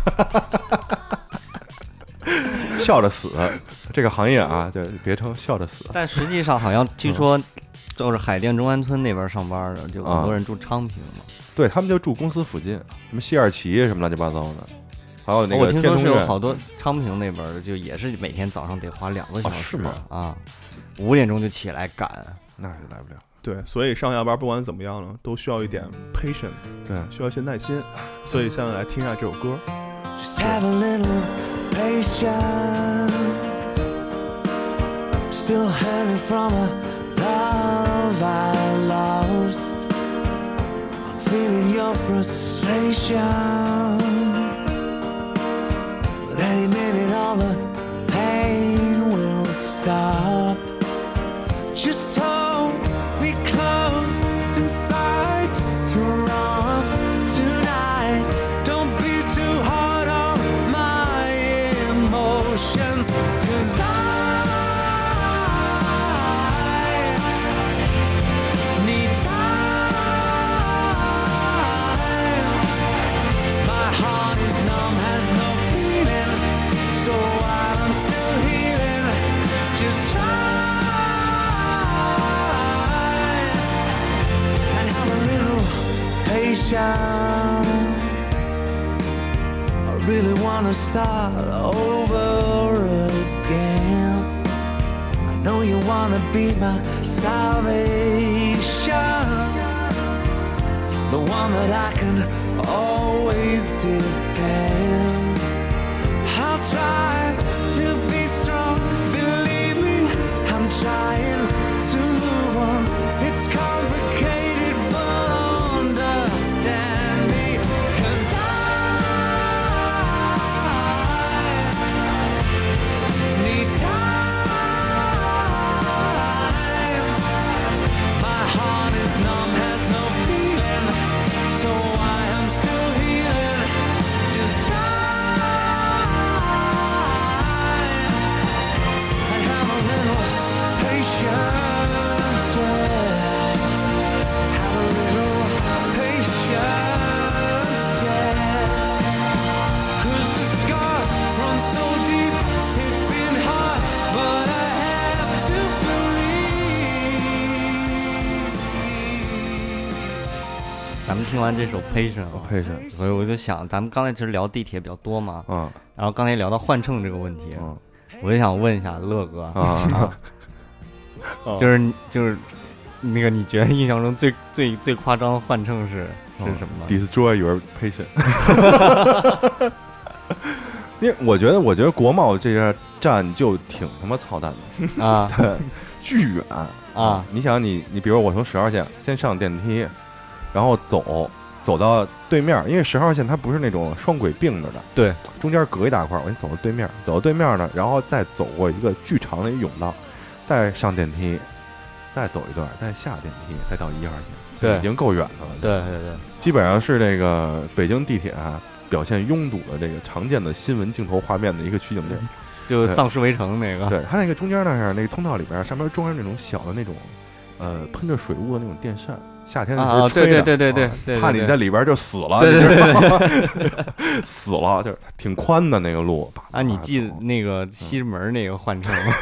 笑着死，这个行业啊，就别称笑着死。 但实际上好像据说，就是海淀中关村那边上班的，就很啊多人住昌平嘛。 对他们就住公司附近，什么西二旗什么乱七八糟的，还有那我听说是有个天通苑好多昌平那边的，就也是每天早上得花两个小时哦是吗啊，五点钟就起来赶。 那是来不了。 对，所以上下班不管怎么样呢，都需要一点 patient， 对， 需要一些耐心。所以现在来听一下这首歌。 Just have a little patience. I'm still hanging from a love I lost. I'm feeling your frustration. But any minute all the pain will stop. Just hold me close inside your arms tonight. Don't be too hard on my emotions, 'cause I need time. My heart is numb, has no feeling, so while I'm still healing, just try and have a little patience. I really wanna start over again. I know you wanna be my salvation, the one that I can always depend. I'll try to be strong, believe me, I'm trying to move on. It's complicated, but understand me, 'cause I need time. My heart is numb, has no feeling, so I am still healing. Just time. I have a little patience, yeah. Have a little patience, yeah. 'Cause the scars run so deep, it's been hard, but I have to believe. 咱们听完这首 Patient 啊， 配上， 所以我就想，咱们刚才其实聊地铁比较多嘛， 嗯然后刚才聊到换乘这个问题， 嗯我就想问一下乐哥， 啊， 哦就是就是那个你觉得印象中最最最夸张的换乘是是什么呢？ destroy your patient。因为我觉得，我觉得国贸这家站就挺他妈操蛋的， 啊巨远啊！ 你想你，你比如我从十号线先上电梯，然后走走到对面，因为十号线它不是那种双轨并着的， 对， 中间隔一大块，我先走到对面，走到对面呢，然后再走过一个巨长的一甬道，再上电梯，再走一段，再下电梯，再到一号线， 对已经够远的了。 对对对， 基本上是这个北京地铁啊表现拥堵的这个常见的新闻镜头画面的一个取景地。 就丧尸围城那个， 对，它那个中间那儿那个通道里边上面装着那种小的那种呃喷着水雾的那种电扇，夏天的时候啊， 吹的， 对对对对对啊对， 怕你在里边就死了， 对对对对，死了，就是挺宽的那个路。 啊，你记得那个西直门那个换乘吗？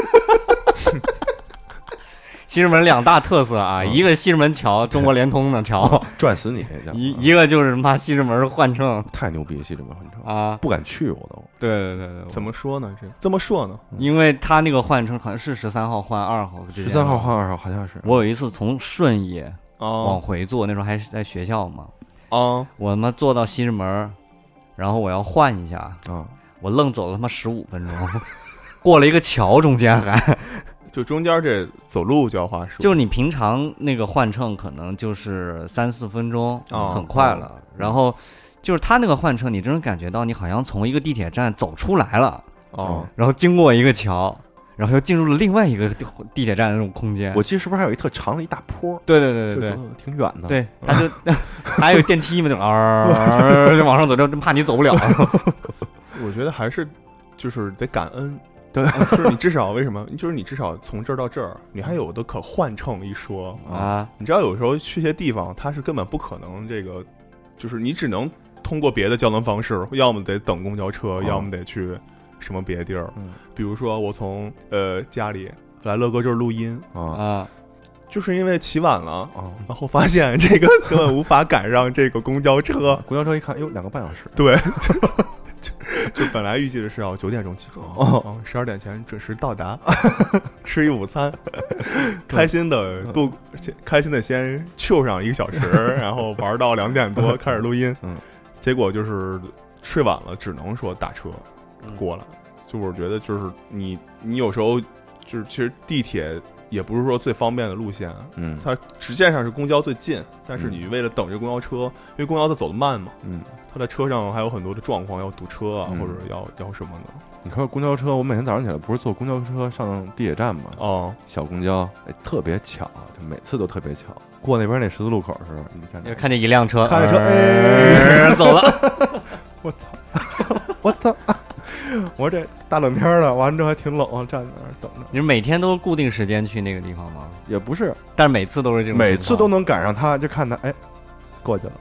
西直门两大特色啊，一个西直门桥，中国联通的桥， 转死你！ 一一个就是妈西直门换乘太牛逼，西直门换乘啊， 不敢去我都。 对对对对， 怎么说呢？这这么说呢？ 因为他那个换乘好像是十三号换二号， 十三号换二号好像是。 我有一次从顺义往哦回坐，那时候还是在学校嘛， 哦我他妈坐到西直门，然后我要换一下， 啊， 我愣走了他妈十五分钟，过了一个桥，中间还。 就中间这走路就要花十五， 就是你平常那个换乘可能就是三四分钟， 哦很快了。然后就是他那个换乘，你真的感觉到你好像从一个地铁站走出来了， 哦然后经过一个桥，然后又进入了另外一个地铁站的那种空间。 我记得是不是还有一特长的一大坡？ 对对对对对就就挺远的。 对，他就还有电梯嘛，就啊就往上走，就怕你走不了。 我觉得还是就是得感恩。 对， 就是你至少为什么？就是你至少从这儿到这儿，你还有的可换乘一说啊。 你知道有时候去些地方，它是根本不可能这个，就是你只能通过别的交通方式，要么得等公交车， 啊要么得去什么别的地儿。 嗯比如说我从呃家里来乐哥这儿录音， 啊啊， 就是因为起晚了， 啊！ 然后发现这个根本无法赶上这个公交车。 公交车一看，哟，两个半小时。 对，就本来预计的是要九点钟起床， 哦， 十二点前准时到达，吃一午餐，开心的度，开心的先秀上一个小时，然后玩到两点多开始录音， 嗯， 结果就是睡晚了，只能说打车过来。就我觉得就是你你有时候就是其实地铁也不是说最方便的路线， 嗯它实际上是公交最近，但是你为了等这公交车，因为公交它走得慢嘛， 嗯， 它在车上还有很多的状况，要堵车啊， 嗯或者要要什么的。 你说公交车，我每天早上起来不是坐公交车上地铁站吗？ 哦， 小公交，哎，特别巧，就每次都特别巧。过那边那十字路口的时候，你看， 看见一辆车， 看着车， 哎， 哎， 走了。 我操，我操！我说这大冷天的，完了之后还挺冷，站在那儿等着。 你是每天都固定时间去那个地方吗？ 也不是， 但是每次都是这种情况， 每次都能赶上他，就看他，哎，过去了。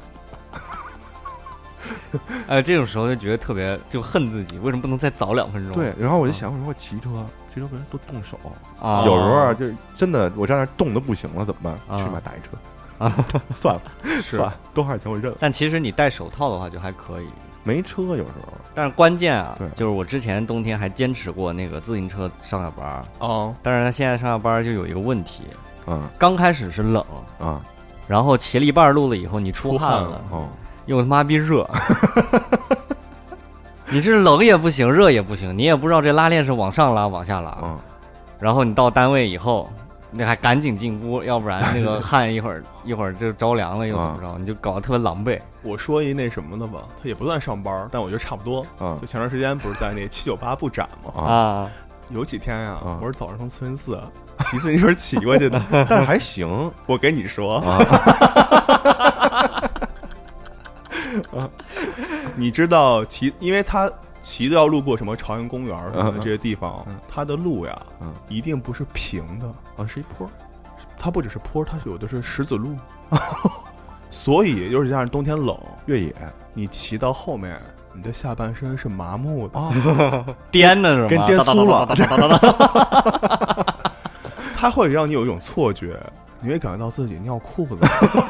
呃，这种时候就觉得特别就恨自己，为什么不能再早两分钟？ 对，然后我就想，我说我骑车，骑车别人都动手啊， 有时候啊，就真的我站那儿冻得不行了，怎么办？ 啊去买打一车啊，算了，算了，多少钱我认了。 但其实你戴手套的话就还可以， 没车有时候。 但是关键啊对， 就是我之前冬天还坚持过那个自行车上下班， 哦， 但是他现在上下班就有一个问题， 嗯刚开始是冷， 啊然后骑了一半路了以后你出汗了， 哦， 又他妈逼热。你是冷也不行，热也不行，你也不知道这拉链是往上拉往下拉， 嗯， 然后你到单位以后，那还赶紧进屋，要不然那个汗一会儿一会儿就着凉了又怎么着，你就搞得特别狼狈。 我说一那什么的吧，他也不算上班，但我觉得差不多。 啊就前段时间不是在那七九八布展吗？ 啊， 有几天呀、 啊我是早上从慈云寺骑自行车骑过去的。 但是还行我跟你说， 啊， 你知道骑，因为他骑的要路过什么朝阳公园什么的嗯这些地方， 嗯它的路呀， 嗯一定不是平的， 啊是一坡， 它不只是坡，它是有的是石子路。所以，尤其加上冬天冷， 越野你骑到后面，你的下半身是麻木的， 啊， 颠的是吗？ 跟颠酥了哒哒哒哒哒哒哒它会让你有一种错觉，你会感觉到自己尿裤子。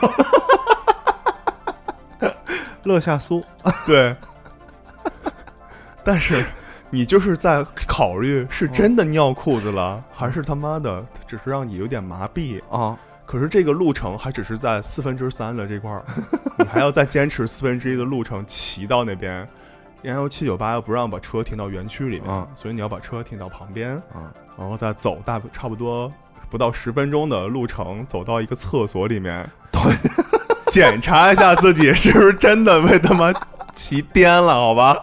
乐下酥， 对，但是你就是在考虑是真的尿裤子了，还是他妈的只是让你有点麻痹啊。 可是这个路程还只是在四分之三的这块儿，你还要再坚持四分之一的路程骑到那边。然后七九八又不让把车停到园区里面， 啊所以你要把车停到旁边， 啊然后再走大差不多不到十分钟的路程，走到一个厕所里面，检查一下自己是不是真的被他妈骑颠了，好吧？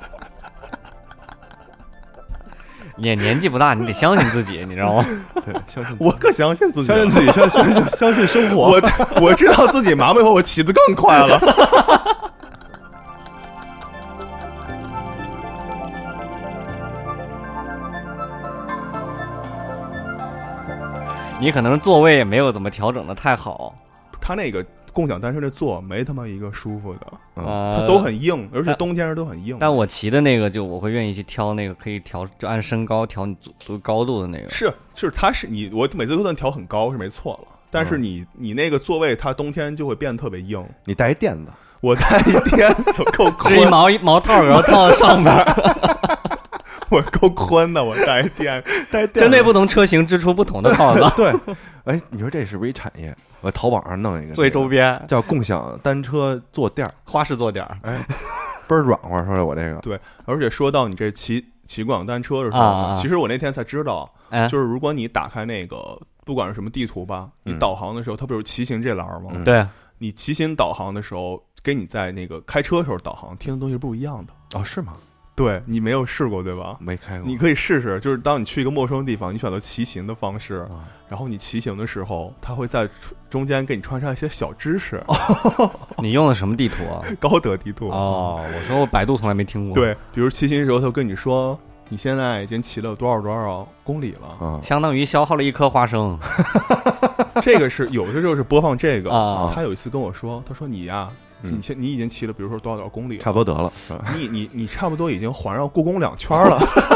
你也年纪不大，你得相信自己，你知道吗？ 对，相信我可相信自己， 相信自己，相信相相信生活。 我我知道自己麻木以后，我骑得更快了。 你可能座位也没有怎么调整的太好， 他那个共享单车的座没他妈一个舒服的， 嗯呃它都很硬，而且冬天时都很硬。 但我骑的那个就我会愿意去挑那个可以调，就按身高调你坐坐高度的那个。 是是，它是你我每次都算调很高是没错了，但是你你那个座位它冬天就会变得特别硬。 你带一垫子， 我带一天我够织一宽， 毛一毛套，然后套到上边儿， 我够宽的，我带一天带针对不同车型织出不同的套子， 对，哎，你说这是不是一产业？我淘宝上弄一个， 作为周边叫共享单车坐垫儿， 花式坐垫儿。 哎，倍儿软和。说我这个， 对，而且说到你这骑骑共享单车的时候， 啊啊其实我那天才知道， 哎， 就是如果你打开那个不管是什么地图吧，你嗯导航的时候，它不是有骑行这栏吗？ 嗯对， 你骑行导航的时候，跟你在那个开车的时候导航听的东西是不一样的。 哦，是吗？ 对，你没有试过对吧？ 没开过。 你可以试试，就是当你去一个陌生的地方，你选择骑行的方式， 啊， 然后你骑行的时候，它会在中间给你穿插一些小知识， 你用的什么地图啊？ 高德地图。 哦，我说我百度从来没听过。， 对，比如骑行的时候，他会跟你说你现在已经骑了多少多少公里了。 啊， 相当于消耗了一颗花生。 这个是有的时候是播放这个。 啊他有一次跟我说，他说你呀、 嗯你现你已经骑了，比如说多少多少公里了， 差不多得了，是吧？ 你你你差不多已经环绕故宫两圈了。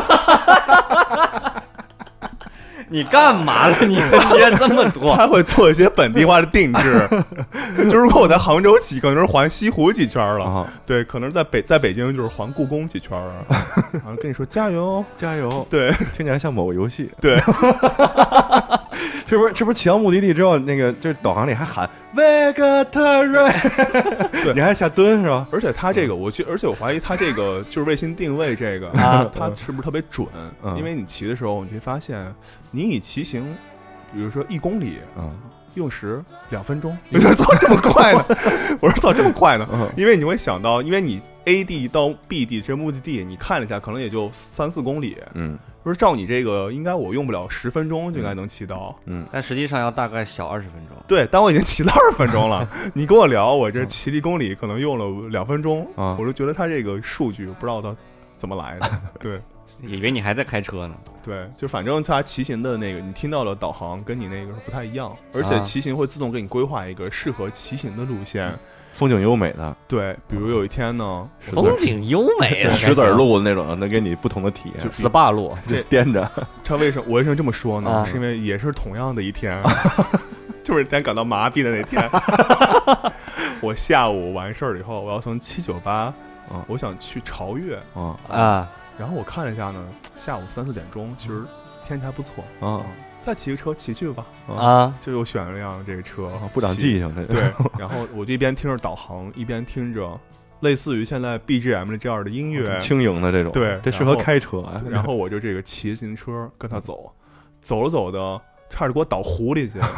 你干嘛了？你学这么多？ 他会做一些本地化的定制，就如果我在杭州骑，可能是环西湖几圈了， 啊， 对，可能在北在北京就是环故宫几圈了，然后跟你说加油， 加油！ 对听起来像某个游戏， 对， 是不是？是不是骑到目的地之后，那个就是导航里还喊 Victory， 对你还下蹲是吧？ 而且他这个，我去，而且我怀疑他这个就是卫星定位这个啊它是不是特别准？ 嗯因为你骑的时候，你会发现，你以骑行，比如说一公里嗯用时两分钟，你说操这么快呢？我说操这么快呢？ 嗯因为你会想到，因为你 A 地到 B 地这目的地，你看了一下，可能也就三四公里。 嗯说照你这个，应该我用不了十分钟就应该能骑到。 嗯， 但实际上要大概小二十分钟。 对，但我已经骑了二十分钟了。你跟我聊，我这骑一公里可能用了两分钟， 啊我就觉得他这个数据不知道他怎么来的。对以为你还在开车呢。 对，就反正他骑行的那个，你听到的导航跟你那个是不太一样，而且啊骑行会自动给你规划一个适合骑行的路线。 风景优美的， 对，比如有一天呢， 风景优美的石子儿路的那种，能给你不同的体验。 就 S P A 路， 这颠着， 他为什么我为什么这么说呢？ 啊是因为也是同样的一天，就是咱感到麻痹的那天。我下午完事儿以后，我要从七九八， 嗯我想去潮越， 啊啊， 然后我看了一下呢，下午三四点钟，其实天气还不错， 啊再骑个车骑去吧， 啊， 就又选了辆这个车， 不长骑记性这。 对，然后我就一边听着导航，一边听着类似于现在 B G M 的这样的音乐， 轻盈的这种， 对这适合然后开车啊。 然后我就这个骑自行车跟他走， 走着走的，差点给我倒湖里去。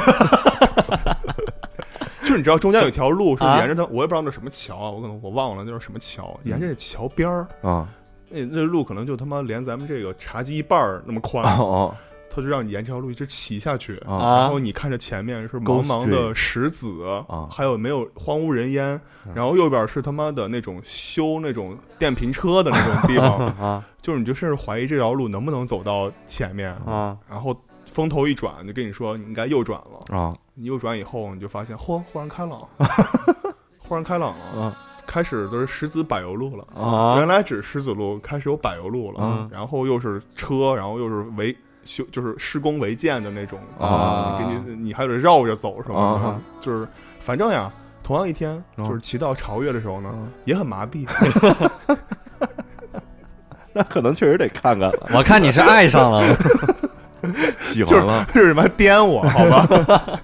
就是你知道中间有一条路是沿着它，我也不知道那什么桥啊，我可能我忘了那是什么桥，沿着这桥边儿啊， 那那路可能就他妈连咱们这个茶几一半儿那么宽。 哦， 他就让你沿这条路一直骑下去， 啊、 然后你看着前面是茫茫的石子， 啊、 还有没有荒无人烟，然后右边是他妈的那种修那种电瓶车的那种地方， 啊， 就是你就甚至怀疑这条路能不能走到前面啊， 然后风头一转就跟你说你应该右转了啊， 你右转以后你就发现嚯，忽然开朗，忽然开朗了。啊开始都是石子柏油路了啊，原来只石子路，开始有柏油路了， 啊、 然后又是车，然后又是围修，就是施工违建的那种啊， 给你你还得绕着走是吧？ 啊、 就是反正呀，同样一天，就是骑到潮越的时候呢， 啊、 也很麻痹。 那可能确实得看看了。 我看你是爱上了， 喜欢了， 就是什么颠我，好吧？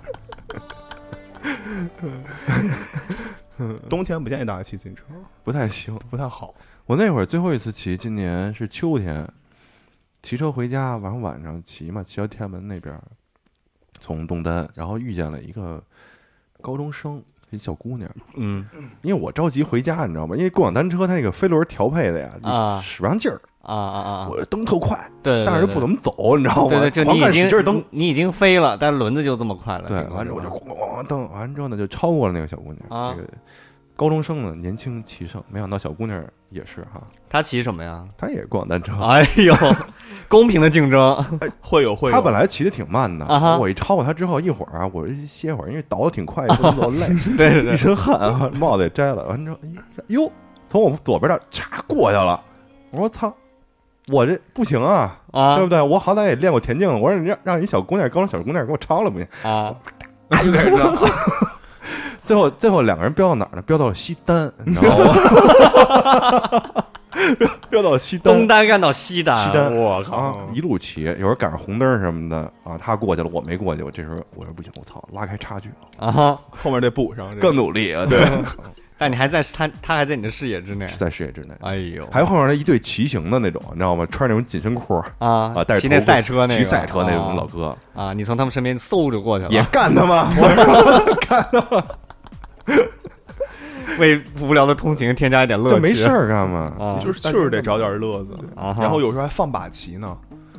冬天不建议大家骑自行车， 不太行， 不太好。 我那会儿最后一次骑，今年是秋天，骑车回家，晚上晚上骑嘛，骑到天安门那边，从东单，然后遇见了一个高中生，一小姑娘。 嗯， 因为我着急回家，你知道吗？因为共享单车它那个飞轮调配的呀， 啊， 使不上劲儿。 啊啊啊！ 我蹬特快， 对， 但是不怎么走，你知道吗？ 对对，就你已经使蹬， 你已经飞了，但是轮子就这么快了。 对，完之后我就咣咣咣蹬，完之后呢就超过了那个小姑娘。 啊， 这个高中生呢年轻气盛，没想到小姑娘也是哈。 她骑什么呀？ 她也共享单车。 哎呦，公平的竞争， 会有会有。 她本来骑的挺慢的， 啊、 我一超过她之后，一会儿啊，我歇会儿，因为倒的挺快，动作累， 对对对， 一身汗啊，帽子也摘了，完之后，哟，从我左边这嚓过去了，我说操。我这不行啊， 啊， 对不对？我好歹也练过田径了。我说你让让一小姑娘，高中小姑娘给我超了不行啊！ 就开始这样。最后最后两个人飙到哪儿呢？飙到了西单，你知道吗？飙到了西单， 东单干到西单， 西单， 我靠、 啊！一路骑，有时候赶上红灯什么的啊，他过去了，我没过去。我这时候我说不行，我操，拉开差距了啊！ 后面得补上， 更努力啊！对。 但你还在他，他还在你的视野之内， 是在视野之内。 哎呦， 还有后面那一对骑行的那种，你知道吗？穿着那种紧身裤啊啊，带着骑那赛车那骑赛车那种老哥啊，你从他们身边嗖就过去了， 也干他吗？我干他吗？ 为无聊的通勤添加一点乐趣， 这没事儿干嘛？ 啊， 就是就是得找点乐子， 啊、 然后有时候还放把骑呢。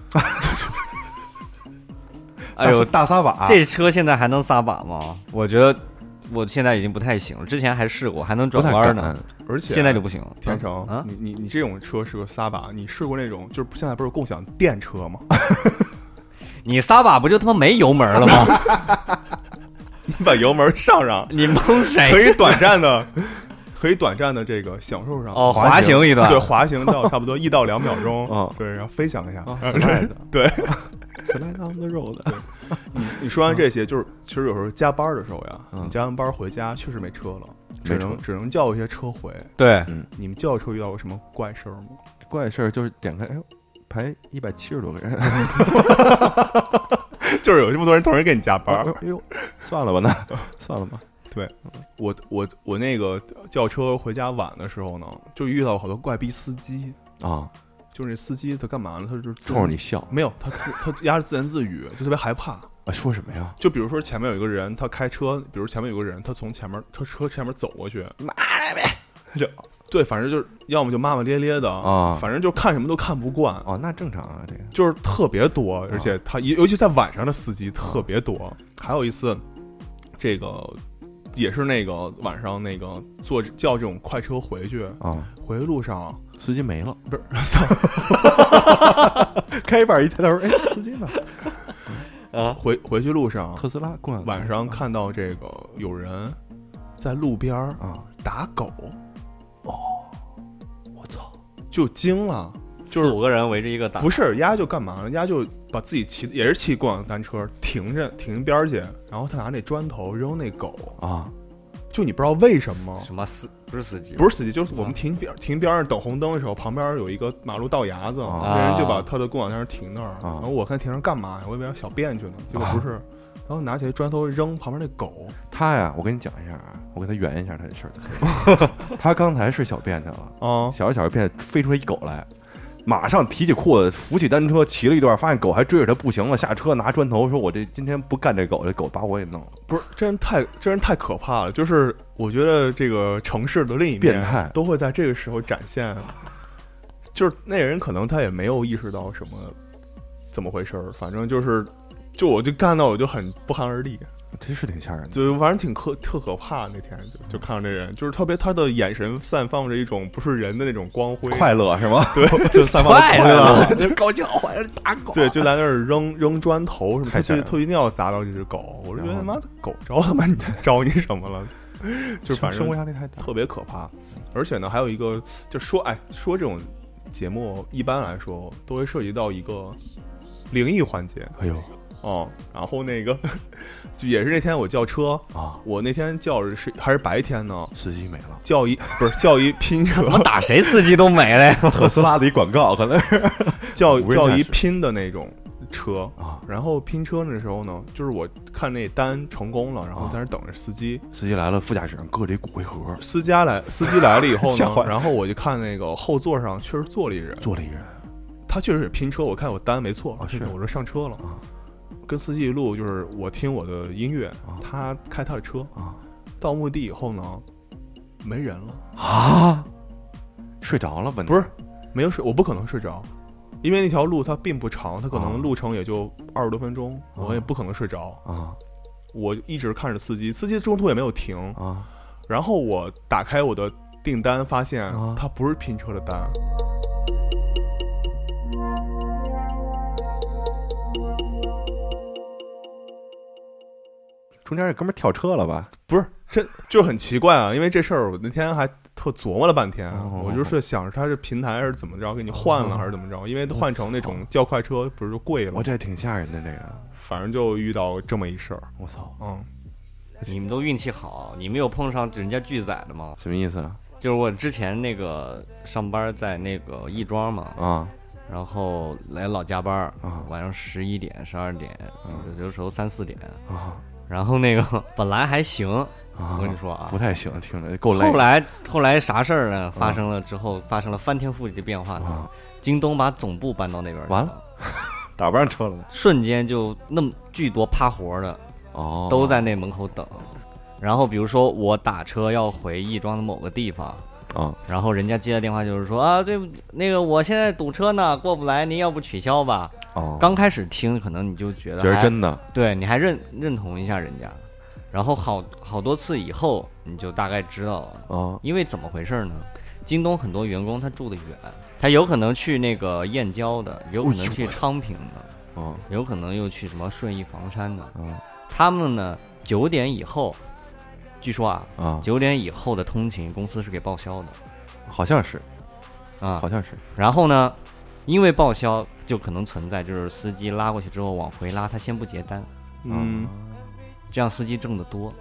哎呦， 大撒把， 这车现在还能撒把吗？我觉得。我现在已经不太行了，之前还试过，还能转弯呢， 而且现在就不行了。 天成， 啊、 你你你这种车是个撒把，你试过那种就是现在不是共享电车吗？ 你撒把不就他妈没油门了吗？ 你把油门上上， 你蒙谁？ 可以短暂的，可以短暂的这个享受上哦，滑行一段， 对，滑行到差不多一到两秒钟， 哦， 对，然后飞翔一下， 哦、slide， 对。 Slide on the road。 你你说完这些，就是其实有时候加班的时候呀， 嗯、 你加完班回家确实没车了，只能只能叫一些车回。 对， 嗯， 你们叫车遇到过什么怪事儿吗？ 怪事儿就是点开，哎呦，排一百七十多个人， 就是有这么多人同时给你加班。 哎呦，算了吧，那算了吧。 对，我我我那个叫车回家晚的时候呢，就遇到好多怪逼司机啊。 就是那司机他干嘛呢？他就是冲着你笑， 没有他自他压着自言自语，就特别害怕。 啊，说什么呀？ 就比如说前面有一个人，他开车，比如前面有个人，他从前面他车前面走过去， 妈来呗， 就对，反正就是要么就骂骂咧咧的啊， 反正就看什么都看不惯。 哦，那正常啊，这个就是特别多，而且他尤其在晚上的司机特别多。还有一次，这个也是那个晚上那个坐叫这种快车回去啊， 回路上。 司机没了， 不是， 开一半一抬头，哎，司机呢？ 啊，回回去路上， 特斯拉过来， 晚上看到这个有人在路边啊打狗， 哦，我操， 就惊了，就是五个人围着一个打， 不是，丫就干嘛呢？丫就把自己骑也是骑共享单车，停着停边去，然后他拿那砖头扔那狗啊。 就你不知道为什么？ 什么司不是司机？ 不是司机，就是我们停边、啊、停边上等红灯的时候，旁边有一个马路道牙子， 啊、 那人就把他的共享单车停那儿。 啊、 然后我看停那儿干嘛呀？我以为要小便去呢，结果不是。啊、然后拿起来砖头扔旁边那狗。 他呀，我跟你讲一下啊，我给他圆一下他这事儿。他刚才是小便去了啊， 小着小着便飞出来一狗来。 马上提起裤子，扶起单车，骑了一段，发现狗还追着他不行了，下车拿砖头说：“我这今天不干这狗，这狗把我也弄了。” 不是，真人太真人太可怕了。就是我觉得这个城市的另一面变态都会在这个时候展现。就是那人可能他也没有意识到什么怎么回事儿，反正就是就我就干到我就很不寒而栗。 这是挺吓人的， 就反正挺可特可怕。那天就就看到这人，就是特别他的眼神散放着一种不是人的那种光辉， 快乐是吗？ 对，就散放着快乐， 就高兴，我要打狗。 对，就在那儿扔扔砖头什么，他就他一定要砸到这只狗。我就觉得他妈的狗招他妈你招你什么了？就反正生活压力太大， 特别可怕。而且呢，还有一个就说，哎，说这种节目一般来说都会涉及到一个灵异环节。 哎呦。 哦，然后那个就也是那天我叫车啊， 我那天叫的是还是白天呢， 司机没了， 叫一不是叫一拼车， 怎么打谁司机都没了呀？ 特斯拉的一广告可能是叫叫一拼的那种车啊， 然后拼车那时候呢，就是我看那单成功了，然后在那等着司机， 啊、司机来了，副驾驶上搁了一骨灰盒， 司机来司机来了以后呢，然后我就看那个后座上确实坐了一人， 坐了一人， 他确实是拼车，我看我单没错， 啊、是我说上车了啊。 跟司机一路就是我听我的音乐，啊、他开他的车啊。 到目的地以后呢，没人了啊，睡着了吧？ 不是，没有睡，我不可能睡着，因为那条路它并不长，它可能路程也就二十多分钟，啊、我也不可能睡着啊。 我一直看着司机，司机中途也没有停啊。 然后我打开我的订单，发现它不是拼车的单。 中间这哥们跳车了吧？ 不是，这就很奇怪啊！因为这事儿我那天还特琢磨了半天， 哦、 我就是想着他这平台是怎么着给你换了，还是怎么着？因为换成那种叫快车不是就贵了？ 我这挺吓人的，这个反正就遇到这么一事儿。 我操！ 嗯， 你们都运气好，你没有碰上人家拒载的吗？ 什么意思啊？ 就是我之前那个上班在那个亦庄嘛， 啊， 然后来老加班啊， 晚上十一点、十二点，有的时候三四点啊。 然后那个本来还行， 啊、 我跟你说啊， 不太行，听着够累。 后来后来啥事儿呢？发生了之后，啊、发生了翻天覆地的变化呢。啊、京东把总部搬到那边， 完了，打不上车了， 瞬间就那么巨多趴活的， 哦， 都在那门口等。然后比如说我打车要回亦庄的某个地方。 啊， 然后人家接的电话就是说啊，对，那个我现在堵车呢，过不来，您要不取消吧？ 哦， 刚开始听可能你就觉得觉得真的， 对，你还认认同一下人家，然后好好多次以后你就大概知道了。 哦， 因为怎么回事呢？京东很多员工他住得远，他有可能去那个燕郊的，有可能去昌平的， 哦， 有可能又去什么顺义房山的。 嗯， 他们呢九点以后。据说啊， 啊， 九点以后的通勤公司是给报销的， 好像是， 啊， 好像是。 然后呢，因为报销就可能存在，就是司机拉过去之后往回拉，他先不结单， 嗯， 这样司机挣得多。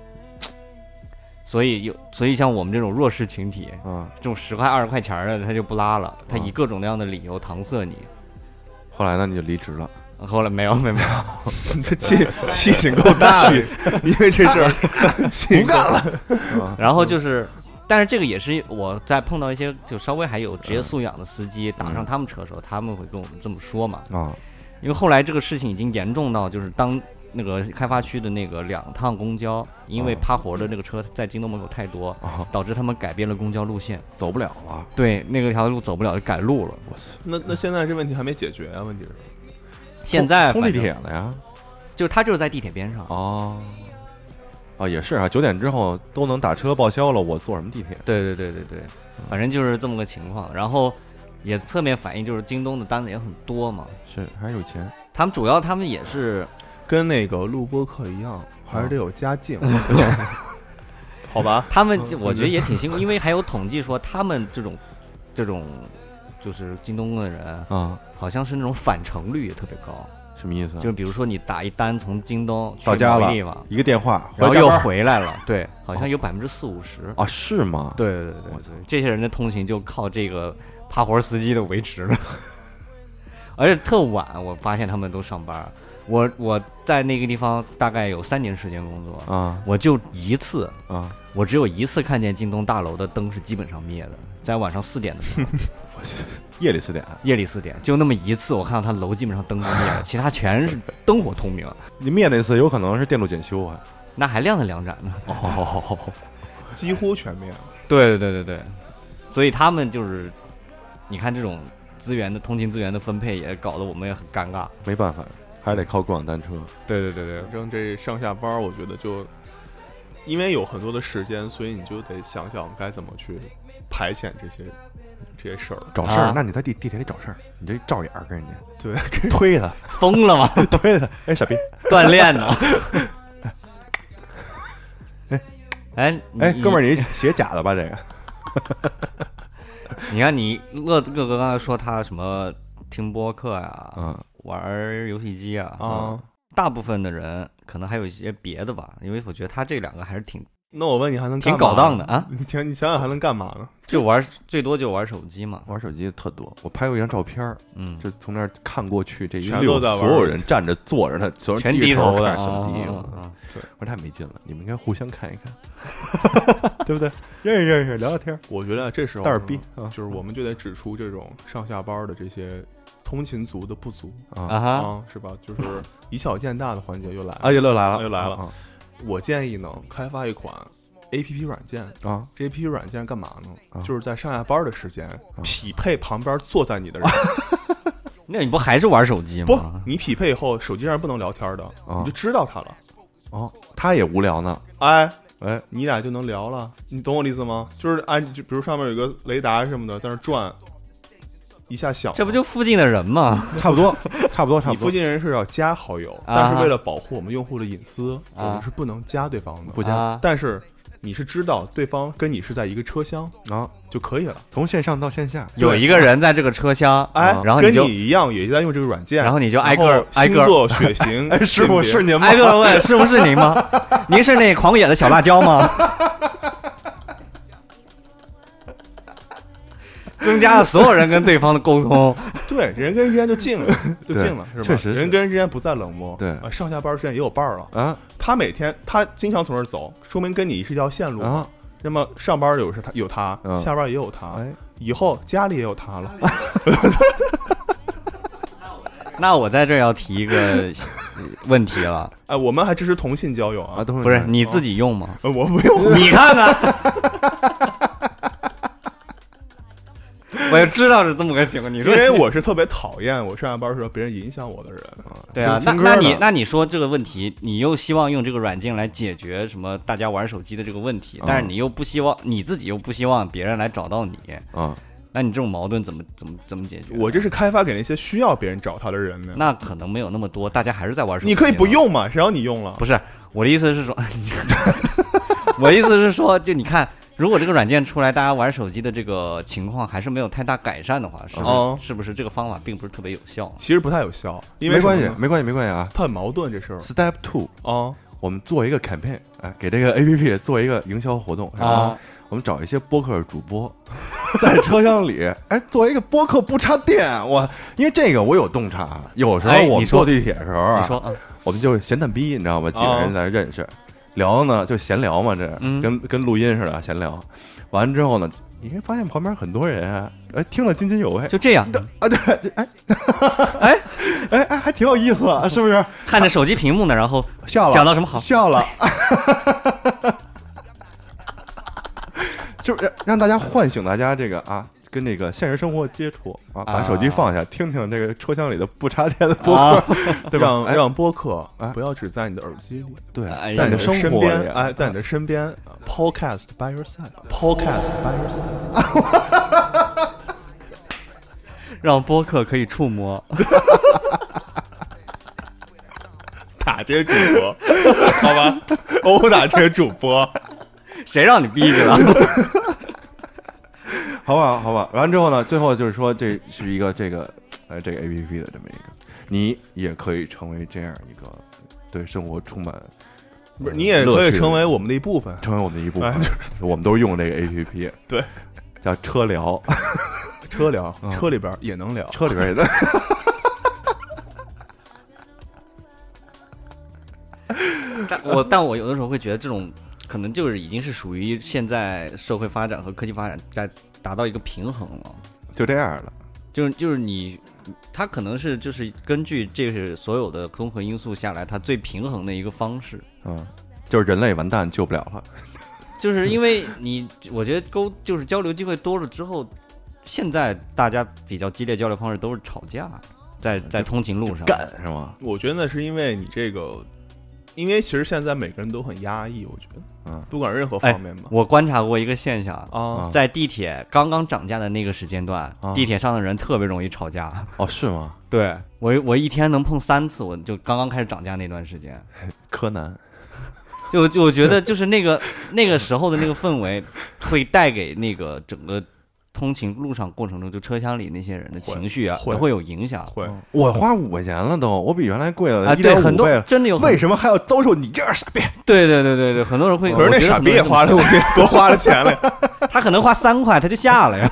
所以有，所以像我们这种弱势群体， 啊， 这种十块二十块钱的他就不拉了，他以各种各样的理由搪塞你。 后来呢，你就离职了。 后来没有没有没有， 你这气气性够大的，因为这事儿不干了。 然后就是，但是这个也是我在碰到一些就稍微还有职业素养的司机打上他们车的时候，他们会跟我们这么说嘛。 啊， 因为后来这个事情已经严重到，就是当那个开发区的那个两趟公交，因为趴活的那个车在京东门口太多，导致他们改变了公交路线， 走不了了。 对，那个条路走不了，就改路了。 我操！ 那那现在这问题还没解决啊？问题是？ 现在通地铁了呀， 就是他就是在地铁边上哦，哦也是啊，九点之后都能打车报销了，我坐什么地铁？ 对对对对对，反正就是这么个情况。然后也侧面反映就是京东的单子也很多嘛， 是还是有钱。 他们主要他们也是跟那个录播课一样，还是得有家境，好吧？ 他们我觉得也挺辛苦，因为还有统计说他们这种这种。就是京东的人啊， 好像是那种返程率也特别高。 什么意思？ 就是比如说你打一单从京东到家了，一个电话， 然后又回来了，对，好像有百分之四五十啊，是吗？ 对对对对，这些人的通勤就靠这个趴活司机的维持了。而且特晚，我发现他们都上班。我我在那个地方大概有三年时间工作啊， 我就一次啊， 我只有一次看见京东大楼的灯是基本上灭的，在晚上四点的时候。 夜里四点， 夜里四点，就那么一次，我看到他楼基本上灯都灭了，其他全是灯火通明， 你灭那次有可能是电路检修啊。 那还亮着两盏呢。 哦， 几乎全灭了。 对对对对对，所以他们就是，你看这种资源的通勤资源的分配也搞得我们也很尴尬。 没办法，还是得靠共享单车。 对对对对， 反正这上下班，我觉得就因为有很多的时间，所以你就得想想该怎么去排遣这些这些事儿。 找事儿、 啊， 那你在地地铁里找事儿，你这照眼儿跟人家对推他， 疯了吗？ 推他，哎，傻逼， 锻炼呢？ 哎哎哎，哥们儿，你写假的吧？这个， 你看你乐乐哥刚才说他什么听播客呀、 嗯， 玩游戏机啊， 啊、 嗯，大部分的人可能还有一些别的吧，因为我觉得他这两个还是挺那我问你还能干嘛挺搞荡的啊！ 你听，你想想还能干嘛呢？ 就玩最多就玩手机嘛， 玩手机特多。我拍过一张照片， 嗯， 就从那儿看过去，这一全溜都在玩所有人站着坐着，他所有人全低头头的看手机。 啊啊啊对， 我说太没劲了，你们应该互相看一看，对不对？认识认识，聊聊天。 我觉得这时候带点逼啊， 就是我们就得指出这种上下班的这些通勤族的不足啊啊哈， 啊，是吧？就是以小见大的环节又来了。 啊，又来了， 又来了啊我建议呢，开发一款 A P P 软件啊， 这 A P P 软件干嘛呢？ 啊就是在上下班的时间匹配旁边坐在你的人。 那你不还是玩手机不吗？， 你匹配以后，手机上不能聊天的， 啊你就知道他了。 哦，他也无聊呢， 哎， 哎， 你俩就能聊了，你懂我的意思吗？就是哎，就比如上面有个雷达什么的，在那转，一下响了， 这不就附近的人吗？ 差不多，差不多，差不多。 你附近人是要加好友， 啊但是为了保护我们用户的隐私， 啊我们是不能加对方的。 不加啊但是你是知道对方跟你是在一个车厢啊， 就可以了。 从线上到线下， 有一个人在这个车厢， 哎， 然后你就跟你一样也在用这个软件， 然后你就挨然后个挨个星座、血型， 哎，师傅性别是您吗？ 挨个问是不是您吗？您是那狂野的小辣椒吗？增加了所有人跟对方的沟通。 对，人跟人之间就近了，就对近了，是吧？ 确实是人跟人之间不再冷漠。 对啊，上下班时间也有伴儿了。 啊他每天他经常从这儿走，说明跟你是一条线路嘛。 啊， 那么上班有是他有他， 嗯下班也有他， 哎， 以后家里也有他了。 那我在这儿要提一个问题了， 哎，我们还支持同性交友啊啊，？都不是你自己用吗？ 呃我不用。 你看看，我就知道是这么个情况。你因说， 为我是特别讨厌我上下班时候别人影响我的人。 对啊， 听那那听歌呢你那你说这个问题，你又希望用这个软件来解决什么大家玩手机的这个问题， 嗯但是你又不希望你自己又不希望别人来找到你， 啊， 那你这种矛盾怎么怎么怎么解决？ 我这是开发给那些需要别人找他的人呢。 那可能没有那么多，大家还是在玩手机。 你可以不，用嘛，谁让你用了？ 不是我的意思是说，我的意思是说，就你看。如果这个软件出来，大家玩手机的这个情况还是没有太大改善的话，是不是、 哦是不是这个方法并不是特别有效？ 其实不太有效，因为没关系什么，呢没关系，没关系啊。 它很矛盾这事儿 Step two， 啊。 我们做一个 campaign，哎，给这个 A P P 做一个营销活动，是吧？ 啊我们找一些播客主播，在车厢里，哎，做一个播客不插电。我因为这个我有洞察，有时候哎你说我们坐地铁的时候啊， 你说啊， 我们就是闲蛋逼，你知道吗？几个人在那认识，聊呢就闲聊嘛，这嗯跟跟录音似的闲聊。完之后呢，你会发现旁边很多人啊，哎，听了津津有味。 就这样， 啊，对，哎，哎，哎，哎，还挺有意思啊，是不是？ 看着手机屏幕呢，然后笑了， 讲到什么好？ 笑了，就是让大家唤醒大家这个啊，跟这个现实生活接触啊，把手机放下，听听这个车厢里的不插电的播客，对吧？哎让让播客哎不要只在你的耳机里， 对哎，呀在你的在你生活身边， 里， 哎，在你的身边啊，Podcast by your side，Podcast by your side。 让播客可以触摸。 打这些主播，好吧，殴打这些主播。 谁让你逼着了？ 好吧，好吧。完之后呢，最后就是说，这是一个这个呃这个 A P P 的这么一个，你也可以成为这样一个对生活充满。 不是，你也可以成为我们的一部分， 成为我们的一部分， 哎我们都用这个 A P P， 对， 叫车聊， 车聊， 嗯车里边也能聊。 车里边也能。 但我但我有的时候会觉得这种可能就是已经是属于现在社会发展和科技发展在达到一个平衡了。 就这样了， 就是就是你，它可能是就是根据这是所有的综合因素下来，它最平衡的一个方式。 嗯，就是人类完蛋救不了了。 就是因为你，我觉得沟就是交流机会多了之后，现在大家比较激烈交流方式都是吵架，在在通勤路上干是吗？ 我觉得那是因为你这个，因为其实现在每个人都很压抑，我觉得， 嗯， 不管任何方面吧。 我观察过一个现象啊， 在地铁刚刚涨价的那个时间段， 啊、 地铁上的人特别容易吵架。 哦，是吗？ 对我我一天能碰三次，我就刚刚开始涨价那段时间。 柯南。 就就我觉得就是那个那个时候的那个氛围，会带给那个整个通勤路上过程中，就车厢里那些人的情绪啊， 会会有影响。 会， 我花五块钱了都，我比原来贵了啊，对，很多真的有， 为什么还要遭受你这样傻逼？ 对对对对对，很多人会， 可是那傻逼也花了多花了钱了， 他可能花三块他就下了呀。